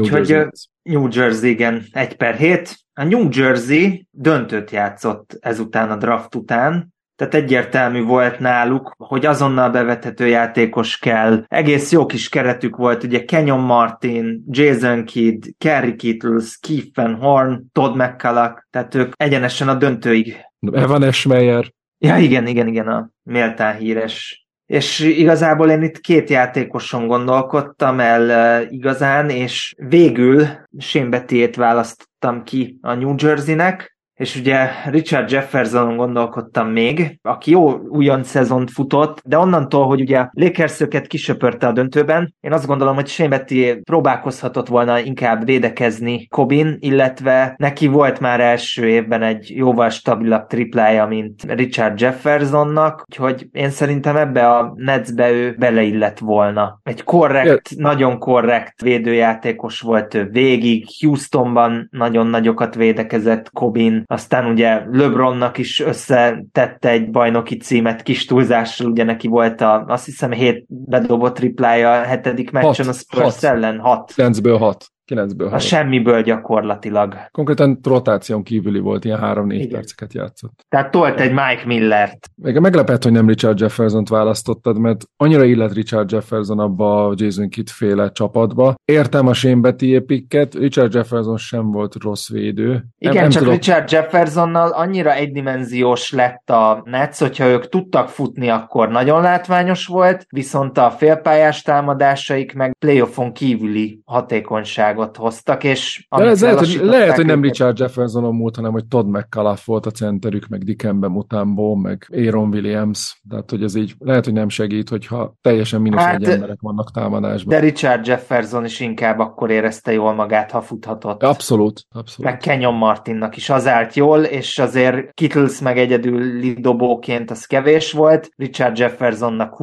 New Jersey, igen, 1/7. A New Jersey döntőt játszott ezután a draft után, tehát egyértelmű volt náluk, hogy azonnal bevethető játékos kell. Egész jó kis keretük volt, ugye Kenyon Martin, Jason Kidd, Kerry Kittles, Keith Van Horn, Todd McCulloch, tehát ők egyenesen a döntőig. Evan Eschmeyer. Ja, igen, a méltán híres. És igazából én itt 2 játékoson gondolkodtam el igazán, és végül Shane Battiét választottam ki a New Jersey-nek, és ugye Richard Jeffersonon gondolkodtam még, aki jó újon szezont futott, de onnantól, hogy ugye Lakers őket kisöpörte a döntőben, én azt gondolom, hogy Shane Battier próbálkozhatott volna inkább védekezni Kobin, illetve neki volt már első évben egy jóval stabilabb triplája, mint Richard Jeffersonnak, úgyhogy én szerintem ebbe a Netsbe ő beleillett volna. Egy korrekt, nagyon korrekt védőjátékos volt ő végig, Houstonban nagyon nagyokat védekezett Kobin, aztán ugye LeBronnak is összetette egy bajnoki címet kis túlzással, ugye neki volt azt hiszem 7 bedobott triplája a 7. meccsen a Spurs ellen. 6. 9-ből 6. A semmiből gyakorlatilag. Konkrétan rotáción kívüli volt, ilyen 3-4 perceket játszott. Tehát tolt egy Mike Millert. Még meglepett, hogy nem Richard Jeffersont választottad, mert annyira illet Richard Jefferson abba a Jason Kidd féle csapatba. Értem a Shane Battier picket, Richard Jefferson sem volt rossz védő. Igen, nem csak tudom. Richard Jeffersonnal annyira egydimenziós lett a Nets, hogyha ők tudtak futni, akkor nagyon látványos volt, viszont a félpályás támadásaik meg playoffon kívüli hatékonyságot hoztak, és lehet, hogy nem Richard Jeffersonon múlt, hanem hogy Todd McCullough volt a centerük, meg Dikembe Mutombo, meg Aaron Williams, tehát hogy ez így lehet, hogy nem segít, hogyha teljesen mínusz egy emberek vannak támadásban. De Richard Jefferson is inkább akkor érezte jól magát, ha futhatott. Abszolút. Meg Kenyon Martinnak is az állt jól, és azért Kittles meg egyedül dobóként az kevés volt. Richard Jeffersonnak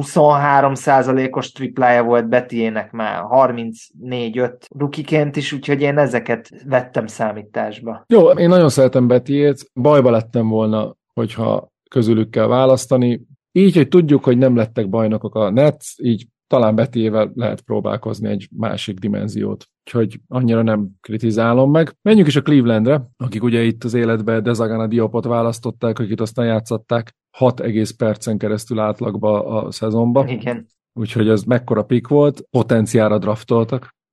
23%-os triplája volt, Battiének már 34-5 rukiként is, úgyhogy én ezeket vettem számításba. Jó, én nagyon szeretem Battiét, bajba lettem volna, hogyha közülük kell választani. Így, hogy tudjuk, hogy nem lettek bajnokok a Nets, így talán Battiével lehet próbálkozni egy másik dimenziót. Úgyhogy annyira nem kritizálom meg. Menjünk is a Clevelandre, akik ugye itt az életbe Desagana Diopot választották, akik aztán játszották 6 egész percen keresztül átlagba a szezonba. Igen. Úgyhogy ez mekkora pick volt, potenciálra draftoltak.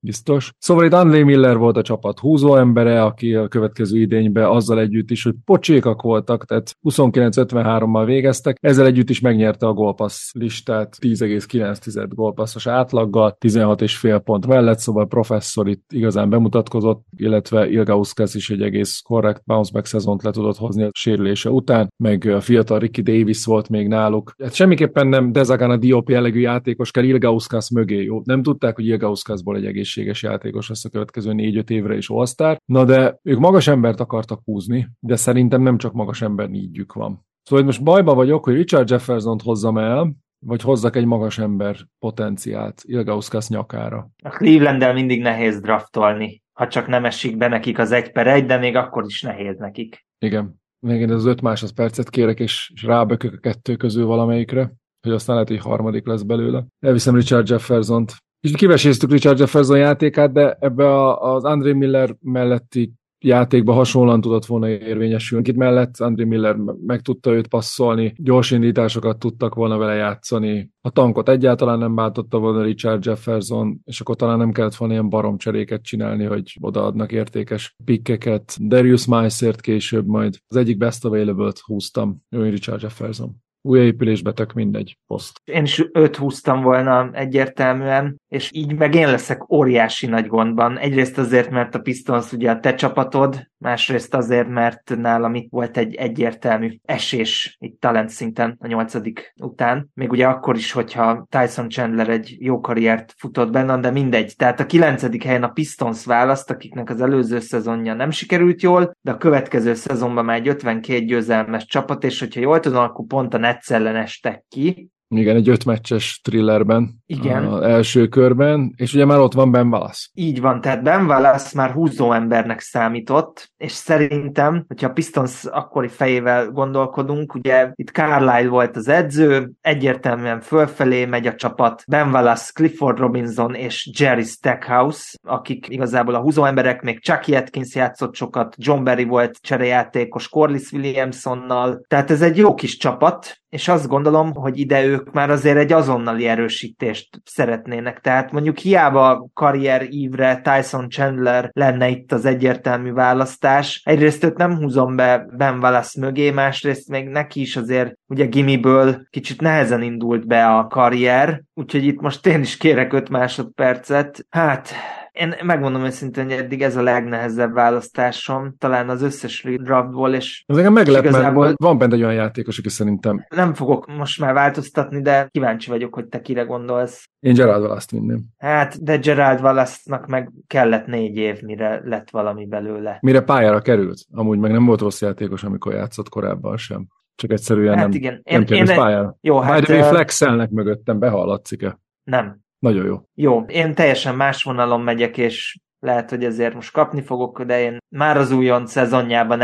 biztos. Szóval itt Andre Miller volt a csapat húzó embere, aki a következő idényben azzal együtt is, hogy pocsékak voltak, tehát 29-53-mal végeztek, ezzel együtt is megnyerte a gólpassz listát 10,9 gólpasszos átlaggal, 16,5 pont mellett, szóval professzor itt igazán bemutatkozott, illetve Ilgauskas is egy egész korrekt bounce-back szezont le tudott hozni a sérülése után, meg a fiatal Ricky Davis volt még náluk. Hát semmiképpen nem Dezagana Diop jellegű játékos kell Ilgauskas mögé, jó? Nem tudták, hogy Ilgauskasból egy egészséges játékos lesz a következő 4-5 évre is All-Star. Na de ők magas embert akartak húzni, de szerintem nem csak magas ember nígyük van. Szóval most bajba vagyok, hogy Richard Jeffersont hozzam el, vagy hozzak egy magas ember potenciált Ilgauskas nyakára. A Cleveland-del mindig nehéz draftolni, ha csak nem esik be nekik az 1/1, de még akkor is nehéz nekik. Igen. Még én az 5 másodpercet kérek, és rábökök a 2 közül valamelyikre, hogy aztán lehet, hogy harmadik lesz belőle. Elviszem Richard Jeffersont. És kiveséztük Richard Jefferson játékát, de ebbe az Andre Miller melletti játékban hasonlóan tudott volna érvényesülni. Itt mellett Andre Miller meg tudta őt passzolni, gyors indításokat tudtak volna vele játszani. A tankot egyáltalán nem bántotta volna Richard Jefferson, és akkor talán nem kellett volna ilyen baromcseréket csinálni, hogy odaadnak értékes pikkeket. Darius Miles-ért később majd az egyik best available-t húztam, ő Richard Jefferson. Új épülésbe tök mindegy poszt. Én is 5 húztam volna egyértelműen, és így meg én leszek óriási nagy gondban. Egyrészt azért, mert a Pistons ugye a te csapatod, másrészt azért, mert nálam itt volt egy egyértelmű esés itt talent szinten a 8. után. Még ugye akkor is, hogyha Tyson Chandler egy jó karriert futott benne, de mindegy. Tehát a 9. helyen a Pistons választ, akiknek az előző szezonja nem sikerült jól, de a következő szezonban már egy 52 győzelmes csapat, és hogyha jól tudom, akkor pont a Nets ellen estek ki. Igen, egy 5 meccses thrillerben. Igen. Az első körben, és ugye már ott van Ben Wallace. Így van, tehát Ben Wallace már húzó embernek számított, és szerintem, hogyha a Pistons akkori fejével gondolkodunk, ugye itt Carlisle volt az edző, egyértelműen fölfelé megy a csapat, Ben Wallace, Clifford Robinson és Jerry Stackhouse, akik igazából a húzó emberek, még Chucky Atkins játszott sokat, John Barry volt cserejátékos Corliss Williamsonnal, tehát ez egy jó kis csapat, és azt gondolom, hogy ide ők már azért egy azonnali erősítést szeretnének. Tehát mondjuk hiába karrierívre Tyson Chandler lenne itt az egyértelmű választás. Egyrészt őt nem húzom be Ben Wallace mögé, másrészt még neki is azért ugye Gimmiből kicsit nehezen indult be a karrier, úgyhogy itt most én is kérek 5 másodpercet. Hát... Én megmondom őszintén, hogy eddig ez a legnehezebb választásom, talán az összes draftból, és ez engem meglep, igazából... mert van benne egy olyan játékos, aki szerintem... Nem fogok most már változtatni, de kíváncsi vagyok, hogy te kire gondolsz. Én Gerald Wallace-t vinném. Hát, de Gerald Wallace-nak meg kellett 4 év, mire lett valami belőle. Mire pályára került? Amúgy meg nem volt rossz játékos, amikor játszott korábban sem. Csak egyszerűen hát nem, igen. nem került pályára. Jó, hát... Majd flexelnek mögöttem, behallatszik-e? Nem. Nagyon jó. Jó, én teljesen más vonalon megyek, és lehet, hogy ezért most kapni fogok, de én már az újon szezonjában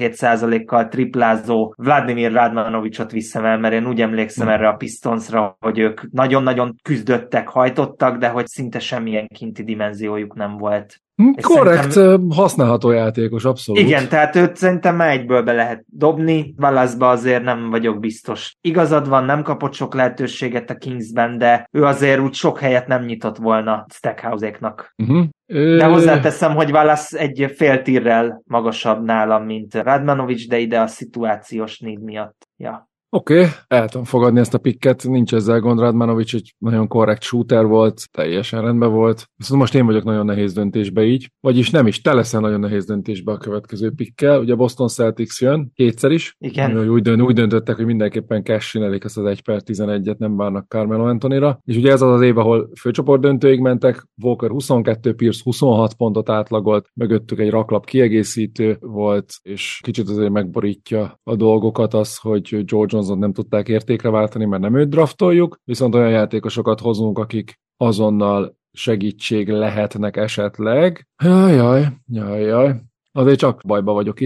42%-kal triplázó Vladimir Radmanovićot viszem el, mert én úgy emlékszem erre a Pistonsra, hogy ők nagyon-nagyon küzdöttek, hajtottak, de hogy szinte semmilyen kinti dimenziójuk nem volt. Korrekt, szerintem... használható játékos, abszolút. Igen, tehát őt szerintem már egyből be lehet dobni, Wallace-ba azért nem vagyok biztos. Igazad van, nem kapott sok lehetőséget a Kingsben, de ő azért úgy sok helyet nem nyitott volna Stackhouse-éknak. De hozzáteszem, hogy Wallace egy fél tírrel magasabb nálam, mint Radmanović, de ide a szituációs need miatt. Ja. Oké, el tudom fogadni ezt a pikket, nincs ezzel gond, Radmanović egy nagyon korrekt shooter volt, teljesen rendben volt. Viszont most én vagyok nagyon nehéz döntésbe így, vagyis nem is, te leszel nagyon nehéz döntésbe a következő pikkel. Ugye Boston Celtics jön, 2-szer is. Igen. Úgy döntöttek, hogy mindenképpen cash-inelik ezt az 1/11-et, nem várnak Carmelo Anthonyra. És ugye ez az az év, ahol főcsoport döntőig mentek, Walker 22, Pierce 26 pontot átlagolt, mögöttük egy raklap kiegészítő volt, és kicsit azért megborítja a dolgokat az, hogy George Johnson nem tudták értékre váltani, mert nem őt draftoljuk, viszont olyan játékosokat hozunk, akik azonnal segítség lehetnek esetleg. Jaj. Azért csak bajba vagyok itt. És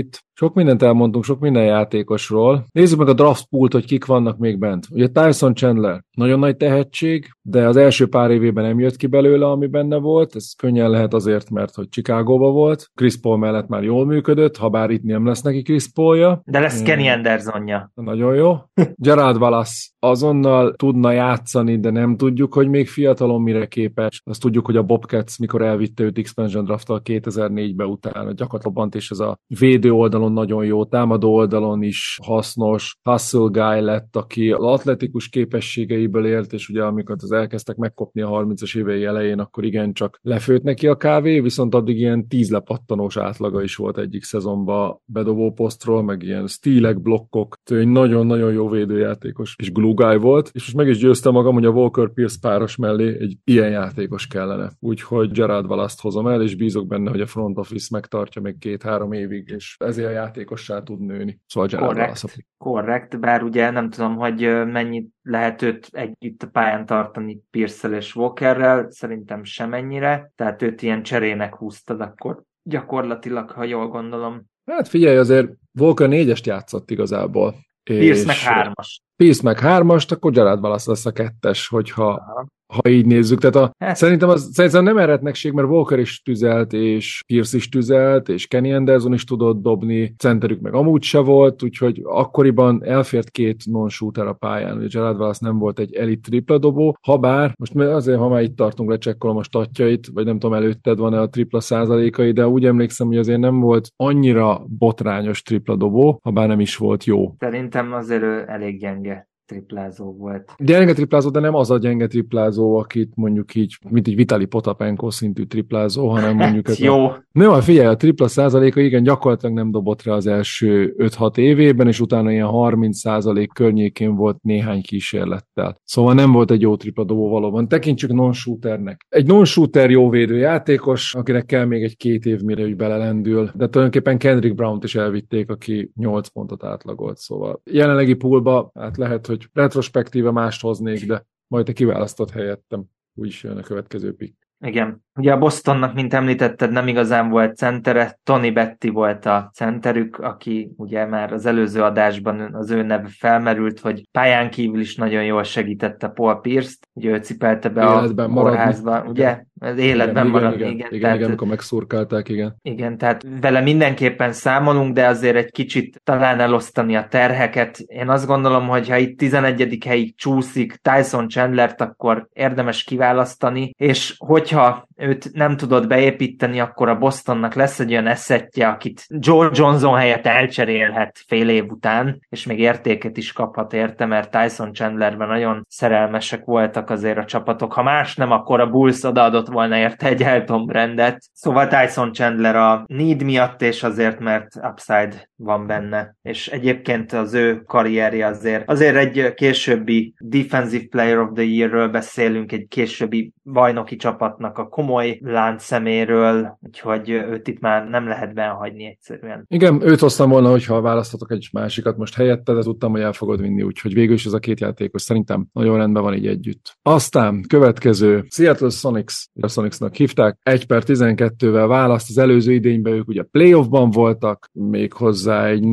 Sok mindent elmondtunk, sok minden játékosról. Nézzük meg a draft poolt, hogy kik vannak még bent. Ugye Tyson Chandler, nagyon nagy tehetség, de az első pár évében nem jött ki belőle, ami benne volt. Ez könnyen lehet azért, mert hogy Chicagóba volt. Chris Paul mellett már jól működött, ha bár itt nem lesz neki Chris Paulja. De lesz Kenny Andersonja. Nagyon jó. Gerard Wallace azonnal tudna játszani, de nem tudjuk, hogy még fiatalon mire képes. Azt tudjuk, hogy a Bobcats, mikor elvitte őt expansion drafttal 2004-ben utána gyakorlatilag, és ez a védő oldalon nagyon jó, támadó oldalon is hasznos. Hustle guy lett, aki az atletikus képességeiből élt, és ugye amikor az elkezdtek megkopni a 30-as évei elején, akkor igencsak lefőtt neki a kávé, viszont addig ilyen 10 lepattanós átlaga is volt egyik szezonban bedobó posztról, meg ilyen stílek, blokkok. Egy nagyon-nagyon jó védőjátékos és glue guy volt, és most meg is győztem magam, hogy a Walker-Pierce páros mellé egy ilyen játékos kellene. Úgyhogy Gerard Wallace-t hozom el, és bízok benne, hogy a front office megtartja még 2-3 évig, és ezért a játékossá tud nőni. Szóval Gerard Wallace. Korrekt, bár ugye nem tudom, hogy mennyit lehet őt együtt a pályán tartani Pierce-szel és Walkerrel, szerintem semennyire, tehát őt ilyen cserének húztad akkor gyakorlatilag, ha jól gondolom. Hát figyelj, azért Walker 4-est játszott igazából. Pierce meg 3-as. Pierce meg 3-ast, akkor Gerard Wallace lesz a 2-es, hogyha ha így nézzük. Tehát szerintem nem eretnekség, mert Walker is tüzelt, és Pierce is tüzelt, és Kenny Anderson is tudott dobni, centerük meg amúgy se volt, úgyhogy akkoriban elfért 2 non-shooter a pályán, hogy Gerard Wallace nem volt egy elit tripla dobó, habár, most azért, ha már itt tartunk, lecsekkolom a statjait, vagy nem tudom, előtted van-e a tripla százalékai, de úgy emlékszem, hogy azért nem volt annyira botrányos tripla dobó, habár nem is volt jó. Szerintem azért ő elég gyenge triplázó volt. Gyenge triplázó, de nem az a gyenge triplázó, akit mondjuk így, mint egy Vitali Potapenko szintű triplázó, hanem mondjuk... Jó. Nem, figyelj, a tripla százaléka igen, gyakorlatilag nem dobott rá az első 5-6 évében, és utána ilyen 30% környékén volt néhány kísérlettel. Szóval nem volt egy jó tripla dobó valóban. Tekintsük non-shooternek. Egy non-shooter jó védő játékos, akinek kell még egy 2 év, mire úgy belelendül, de tulajdonképpen Kendrick Brownt is elvitték, aki 8 pontot átlagolt, szóval jelenlegi poolba, hát lehet, hogy retrospektíve mást hoznék, de majd te kiválasztott helyettem. Úgyis jön a következő pick. Igen. Ugye a Bostonnak, mint említetted, nem igazán volt centere, Tony Betty volt a centerük, aki ugye már az előző adásban az ő neve felmerült, hogy pályán kívül is nagyon jól segítette Paul Pierce-t, ugye ő cipelte be életben a kórházba, ugye? Az életben maradni, igen, amikor megszurkálták, igen. Igen, tehát vele mindenképpen számolunk, de azért egy kicsit talán elosztani a terheket. Én azt gondolom, hogy ha itt 11. helyig csúszik Tyson Chandlert, akkor érdemes kiválasztani, és hogyha őt nem tudod beépíteni, akkor a Bostonnak lesz egy olyan eszettje, akit Joe Johnson helyett elcserélhet fél év után, és még értéket is kaphat érte, mert Tyson Chandlerben nagyon szerelmesek voltak azért a csapatok. Ha más nem, akkor a Bulls odaadott volna érte egy Elton Brandet. Szóval Tyson Chandler a need miatt, és azért, mert upside van benne. És egyébként az ő karrierje azért egy későbbi Defensive Player of the Year-ről beszélünk, egy későbbi bajnoki csapatnak a komoly láncszeméről, úgyhogy őt itt már nem lehet benhagyni egyszerűen. Igen, őt hoztam volna, hogyha választatok egy másikat most helyette, de tudtam, hogy el fogod vinni, úgyhogy végül is ez a 2 játékos szerintem nagyon rendben van így együtt. Aztán következő Seattle Sonics, a Sonicsnak hívták, 1/12-vel választ, az előző idényben ők ugye playoffban voltak, még hozzá egy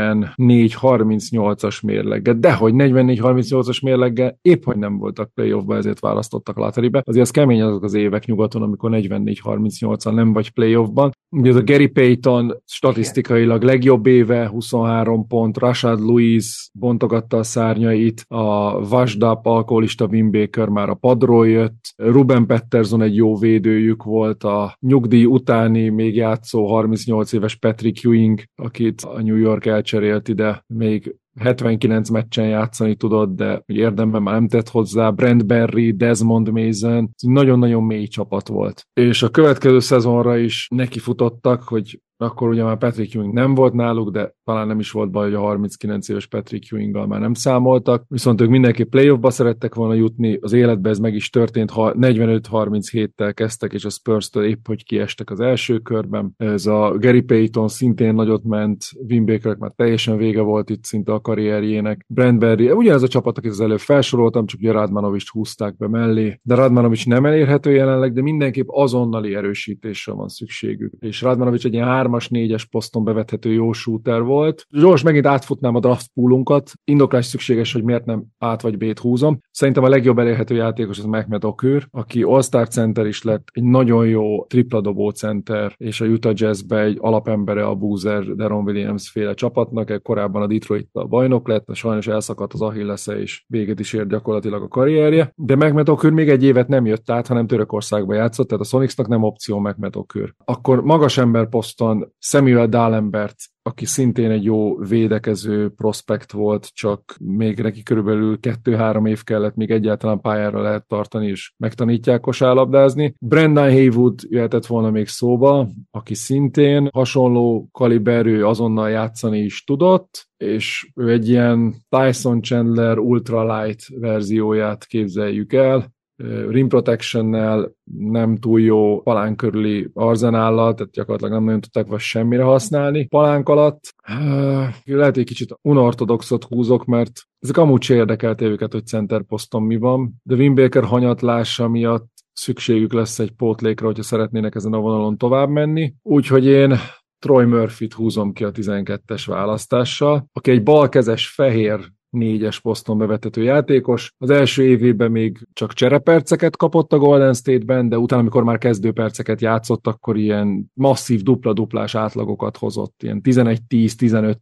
44-38-as mérleggel, dehogy 44-38-as mérleggel épp hogy nem voltak playoffban, ezért választottak lotterybe. Azért az kemény azok az évek nyugaton, amikor 44-38-al nem vagy playoffban. Ugye ez a Gary Payton statisztikailag legjobb éve, 23 pont, Rashad Lewis bontogatta a szárnyait, a washed up alkoholista Vin Baker már a padról jött, Ruben Patterson egy jó védőjük volt, a nyugdíj utáni még játszó 38 éves Patrick Ewing, akit a New York elcserélt ide, még 79 meccsen játszani tudott, de érdemben már nem tett hozzá. Brent Barry, Desmond Mason, nagyon-nagyon mély csapat volt. És a következő szezonra is nekifutottak, hogy akkor ugye már Patrick Ewing nem volt náluk, de talán nem is volt baj, hogy a 39 éves Patrick Ewinggal már nem számoltak, viszont ők mindenki playoffba szerettek volna jutni, az életben ez meg is történt, 45-37-tel kezdtek, és a Spurs-től épp hogy kiestek az első körben. Ez a Gary Payton szintén nagyot ment, Vin Bakernek már teljesen vége volt itt szinte a karrierjének. Brent Barry, ugyanez a csapat, akit az előbb felsoroltam, csak ugye Radmanovics húzták be mellé, de Radmanovics nem elérhető jelenleg, de mindenképp azonnali erősítésre van szükségük. És Radmanovics egy ilyen 3-as, 4-es poszton bevethető jó shooter volt. Gyors, megint átfutnám a draft poolunkat. Indoklás szükséges, hogy miért nem át vagy B-t húzom. Szerintem a legjobb elérhető játékos az Mehmet Okur, aki All-Star center is lett, egy nagyon jó tripladobó center, és a Utah Jazzbe egy alapembere a Boozer, Deron Williams féle csapatnak, korábban a Detroit-tal bajnok lett, sajnos elszakadt az Achillesze, és véget is ért gyakorlatilag a karrierje, de Mehmet Okur még egy évet nem jött át, hanem Törökországba játszott, tehát a Sonicsnak nem opció Mehmet Okur. Akkor magas ember poszton Samuel Dalembert, aki szintén egy jó védekező prospekt volt, csak még neki körülbelül 2-3 év kellett, még egyáltalán pályára lehet tartani, és megtanítják kosárlabdázni. Brendan Haywood jöhetett volna még szóba, aki szintén hasonló kaliberű, azonnal játszani is tudott, és ő egy ilyen Tyson Chandler ultralight verzióját képzeljük el, rim protection-nel, nem túl jó palánk körüli arzenállal, tehát gyakorlatilag nem nagyon tudták vagy semmire használni palánk alatt. Lehet egy kicsit unortodoxot húzok, mert ezek amúgy se érdekelte őket, hogy center poszton mi van, de Vin Baker hanyatlása miatt szükségük lesz egy pótlékra, hogyha szeretnének ezen a vonalon tovább menni. Úgyhogy én Troy Murphyt húzom ki a 12-es választással, aki egy balkezes fehér 4-es poszton bevethető játékos. Az első évében még csak csereperceket kapott a Golden State-ben, de utána, amikor már kezdőperceket játszott, akkor ilyen masszív dupla-duplás átlagokat hozott. Ilyen 11-10, 15-10,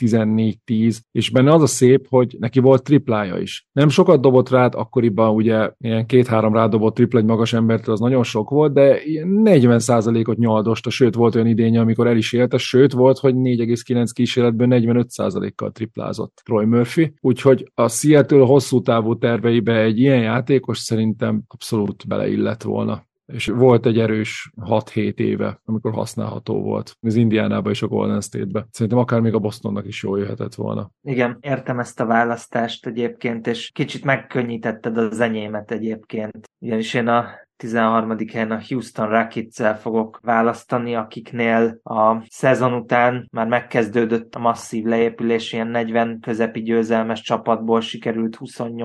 14-10, és benne az a szép, hogy neki volt triplája is. Nem sokat dobott rád, akkoriban ugye ilyen 2-3 rádobott tripla egy magas embertől, az nagyon sok volt, de ilyen 40%-ot nyaldosta, sőt volt olyan idénye, amikor el is élte, sőt volt, hogy 4,9 kísérletből 45%-kal triplázott Troy Murphy. Úgyhogy a Seattle hosszú távú terveibe egy ilyen játékos szerintem abszolút beleillett volna. És volt egy erős 6-7 éve, amikor használható volt. Az Indiánában és a Golden State-be. Szerintem akár még a Bostonnak is jól jöhetett volna. Igen, értem ezt a választást egyébként, és kicsit megkönnyítetted az enyémet egyébként. Ugyanis én a 13. helyen a Houston Rockets-el fogok választani, akiknél a szezon után már megkezdődött a masszív leépülés, ilyen 40 közepi győzelmes csapatból sikerült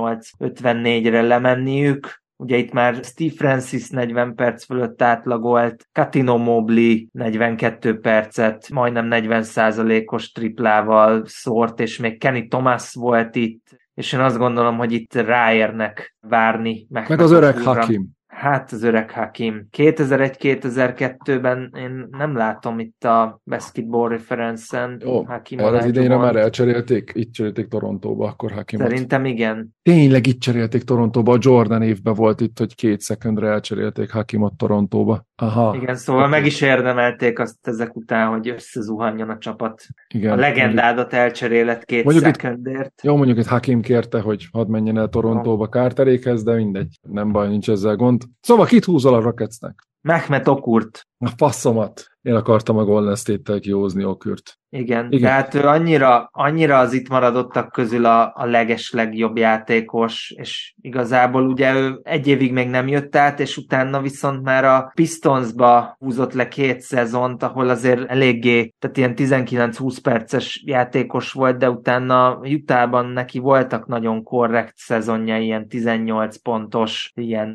28-54-re lemenniük. Ugye itt már Steve Francis 40 perc fölött átlagolt, Cuttino Mobley 42 percet, majdnem 40%-os triplával szórt, és még Kenny Thomas volt itt, és én azt gondolom, hogy itt ráérnek várni. Meg az öreg Hakim. Hát az öreg Hakim. 2001-2002-ben én nem látom itt a Basketball Reference-en Hakim. Az idejére már elcserélték, itt cserélték Torontóba, akkor Hakimot. Szerintem igen. Tényleg itt cserélték Torontóba, a Jordan évben volt itt, hogy 2 szekundra elcserélték Hakimot Torontóba. Aha. Igen, szóval meg is érdemelték azt ezek után, hogy összezuhanjon a csapat. Igen, a legendádat elcserélett 2 szekundért. Jó, mondjuk itt Hakim kérte, hogy hadd menjen el Torontóba Carterékhez, de mindegy, nem baj, nincs ezzel gond. Szóval kit húzol a Rocketsnek? Mehmet Okurt. A passzomat. Én akartam a Golden State-tel kihozni Okurt. Igen, tehát ő annyira az itt maradottak közül a legeslegjobb játékos, és igazából ugye ő egy évig még nem jött át, és utána viszont már a Pistonsba húzott le 2 szezont, ahol azért eléggé, tehát ilyen 19-20 perces játékos volt, de utána Utahban neki voltak nagyon korrekt szezonja, ilyen 18 pontos, ilyen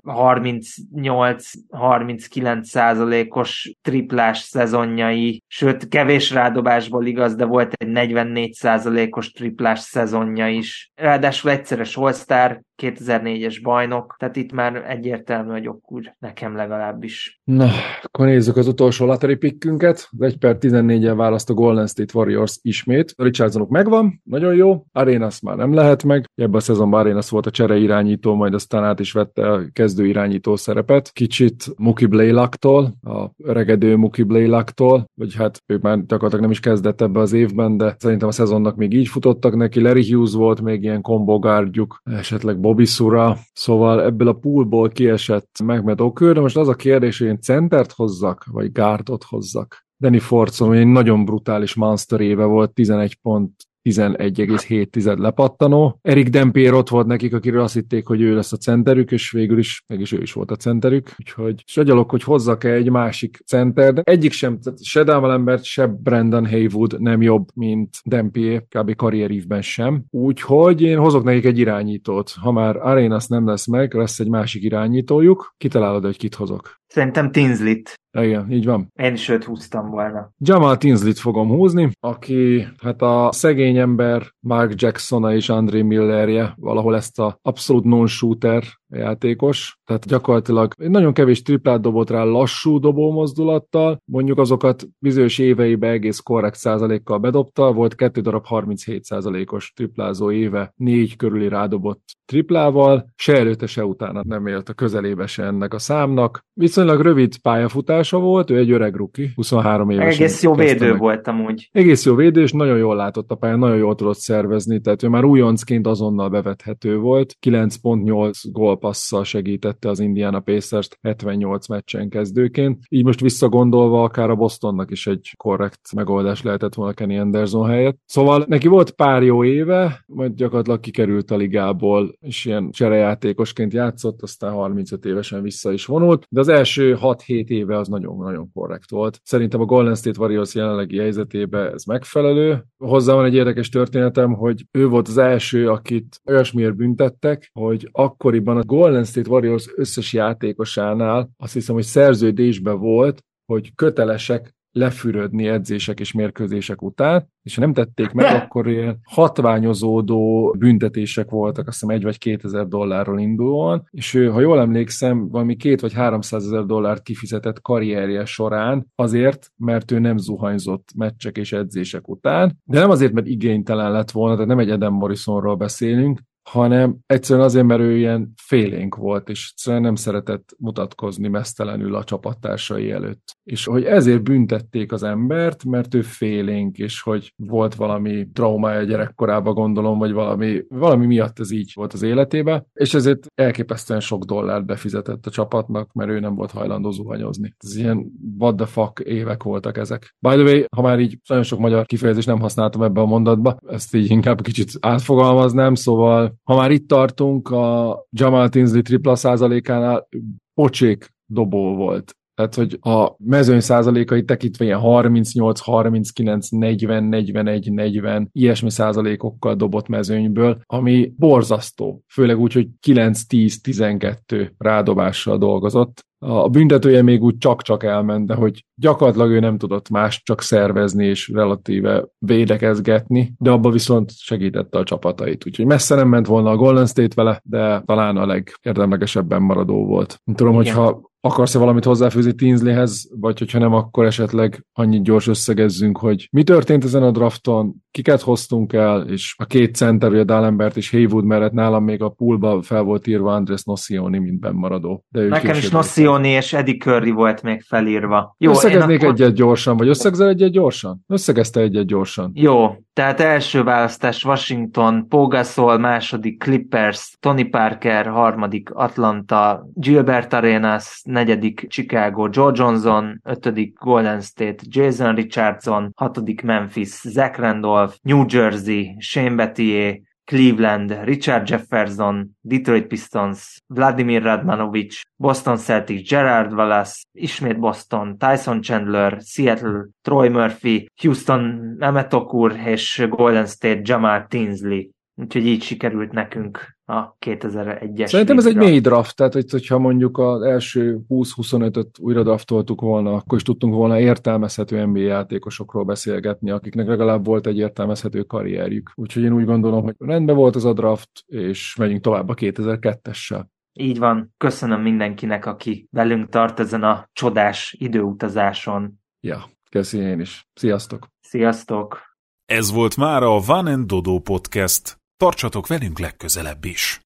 38-39%-os triplás szezonjai, sőt kevés rádobásból igaz, de volt egy 44%-os triplás szezonja is. Ráadásul egyszeres All-Star, 2004-es bajnok, tehát itt már egyértelmű, hogy Okur, nekem legalábbis. Na, akkor nézzük az utolsó lottery pickünket. Az 1/14-en választ a Golden State Warriors ismét. A Richardsonuk megvan, nagyon jó. Arenas már nem lehet meg. Ebben a szezonban Arenas volt a csereirányító, majd aztán át is vette a kezdő irányító szerepet. Kicsit Mookie Blaylock-tól, a öregedő Mookie Blaylock-tól, vagy hát ő már gyakorlatilag nem is kezdett ebbe az évben, de szerintem a szezonnak még így futottak neki. Larry Hughes volt még ilyen kombogárdjuk, esetleg Bobby Sura, szóval ebből a poolból kiesett Mehmet Okur, de most az a kérdés, hogy én centert hozzak, vagy guardot hozzak. Danny Fortson, egy nagyon brutális monster éve volt, 11 pont, 11,7 lepattanó. Eric Dampier ott volt nekik, akiről azt hitték, hogy ő lesz a centerük, és végül is, meg is ő is volt a centerük. Úgyhogy sagyalok, hogy hozzak-e egy másik center, de egyik sem, se Dalembert, se Brendan Haywood nem jobb, mint Dampier, kb. Karrierívben sem. Úgyhogy én hozok nekik egy irányítót. Ha már Arenas nem lesz meg, lesz egy másik irányítójuk. Kitalálod, hogy kit hozok? Szerintem Tinsley-t. Igen, így van. Én is őt húztam volna. Jamal Tinsley-t fogom húzni, aki hát a szegény ember Mark Jackson-a és André Millerje, valahol ezt a abszolút non-shooter játékos, tehát gyakorlatilag nagyon kevés triplát dobott rá lassú dobómozdulattal, mondjuk azokat bizonyos éveiben egész korrekt százalékkal bedobta, volt 2 darab 37%-os triplázó éve, 4 körüli rádobott triplával, se előtte, se utána nem élt a közelébe se ennek a számnak. Viszonylag rövid pályafutása volt, ő egy öreg ruki, 23 évesen. Egész jó védő volt amúgy. Egész jó védő, és nagyon jól látott a pályán, nagyon jól tudott szervezni, tehát ő már újoncként azonnal bevethető volt. 9.8 gólpasszal segítette az Indiana Pacers-t 78 meccsen kezdőként. Így most visszagondolva akár a Bostonnak is egy korrekt megoldás lehetett volna Kenny Anderson helyett. Szóval neki volt pár jó éve, majd gyakorlatilag kikerült a ligából, és ilyen cserejátékosként játszott, aztán 35 évesen vissza is vonult, de az első 6-7 éve az nagyon-nagyon korrekt volt. Szerintem a Golden State Warriors jelenlegi helyzetében ez megfelelő. Hozzá van egy érdekes történetem, hogy ő volt az első, akit olyasmiért büntettek, hogy akkoriban a Golden State Warriors összes játékosánál azt hiszem, hogy szerződésben volt, hogy kötelesek lefürödni edzések és mérkőzések után, és ha nem tették meg, akkor ilyen hatványozódó büntetések voltak, azt hiszem $1,000 vagy $2,000 indulóan, és ő, ha jól emlékszem, valami $200,000 vagy $300,000 kifizetett karrierje során azért, mert ő nem zuhanyzott meccsek és edzések után, de nem azért, mert igénytelen lett volna, tehát nem egy Adam Morrisonról beszélünk, hanem egyszerűen azért, mert ő ilyen félénk volt, és egyszerűen nem szeretett mutatkozni meztelenül a csapattársai előtt. És hogy ezért büntették az embert, mert ő félénk, és hogy volt valami traumája gyerekkorában, gondolom, vagy valami miatt ez így volt az életében, és ezért elképesztően sok dollárt befizetett a csapatnak, mert ő nem volt hajlandó zuhanyozni. Ez ilyen what the fuck évek voltak ezek. By the way, ha már így nagyon sok magyar kifejezést nem használtam ebbe a mondatba, ezt így inkább kicsit átfogalmaznám, szóval ha már itt tartunk, a Jamal Tinsley tripla százalékánál pocsék dobó volt. Tehát, hogy a mezőny százalékai tekintve ilyen 38, 39, 40, 41, 40 ilyesmi százalékokkal dobott mezőnyből, ami borzasztó. Főleg úgy, hogy 9, 10, 12 rádobással dolgozott. A büntetője még úgy csak-csak elment, de hogy gyakorlatilag ő nem tudott más csak szervezni és relatíve védekezgetni, de abba viszont segítette a csapatait. Úgyhogy messze nem ment volna a Golden State vele, de talán a legérdemlegesebben maradó volt. Nem tudom, hogyha akarsz-e valamit hozzáfűzni Tinsleyhez, vagy hogyha nem, akkor esetleg annyit gyors összegezzünk, hogy mi történt ezen a drafton, kiket hoztunk el, és a két center, ugye Dalembert és Haywood mellett nálam még a poolba fel volt írva Andres Nocioni, mint bennmaradó. Nekem is Nocioni és Eddie Curry volt még felírva. Jó, összegeznék akkor... egyet gyorsan, vagy összegezel egyet gyorsan? Összegezte egyet gyorsan. Jó, tehát első választás Washington, Pau Gasol, második Clippers, Tony Parker, harmadik Atlanta, Gilbert Arenas, negyedik Chicago, Joe Johnson, ötödik Golden State, Jason Richardson, hatodik Memphis, Zach Randolph, New Jersey, Shane Battier, Cleveland, Richard Jefferson, Detroit Pistons, Vladimir Radmanovic, Boston Celtics, Gerard Wallace, ismét Boston, Tyson Chandler, Seattle, Troy Murphy, Houston, Mehmet Okur és Golden State, Jamal Tinsley. Úgyhogy így sikerült nekünk a 2001-es. Szerintem ez egy mély draft, tehát hogyha mondjuk az első 20-25-öt újra draftoltuk volna, akkor is tudtunk volna értelmezhető NBA játékosokról beszélgetni, akiknek legalább volt egy értelmezhető karrierjük. Úgyhogy én úgy gondolom, hogy rendben volt az a draft, és megyünk tovább a 2002-essel. Így van. Köszönöm mindenkinek, aki velünk tart ezen a csodás időutazáson. Ja, köszi én is. Sziasztok! Sziasztok! Ez volt már a Van & Dodo Podcast. Tartsatok velünk legközelebb is!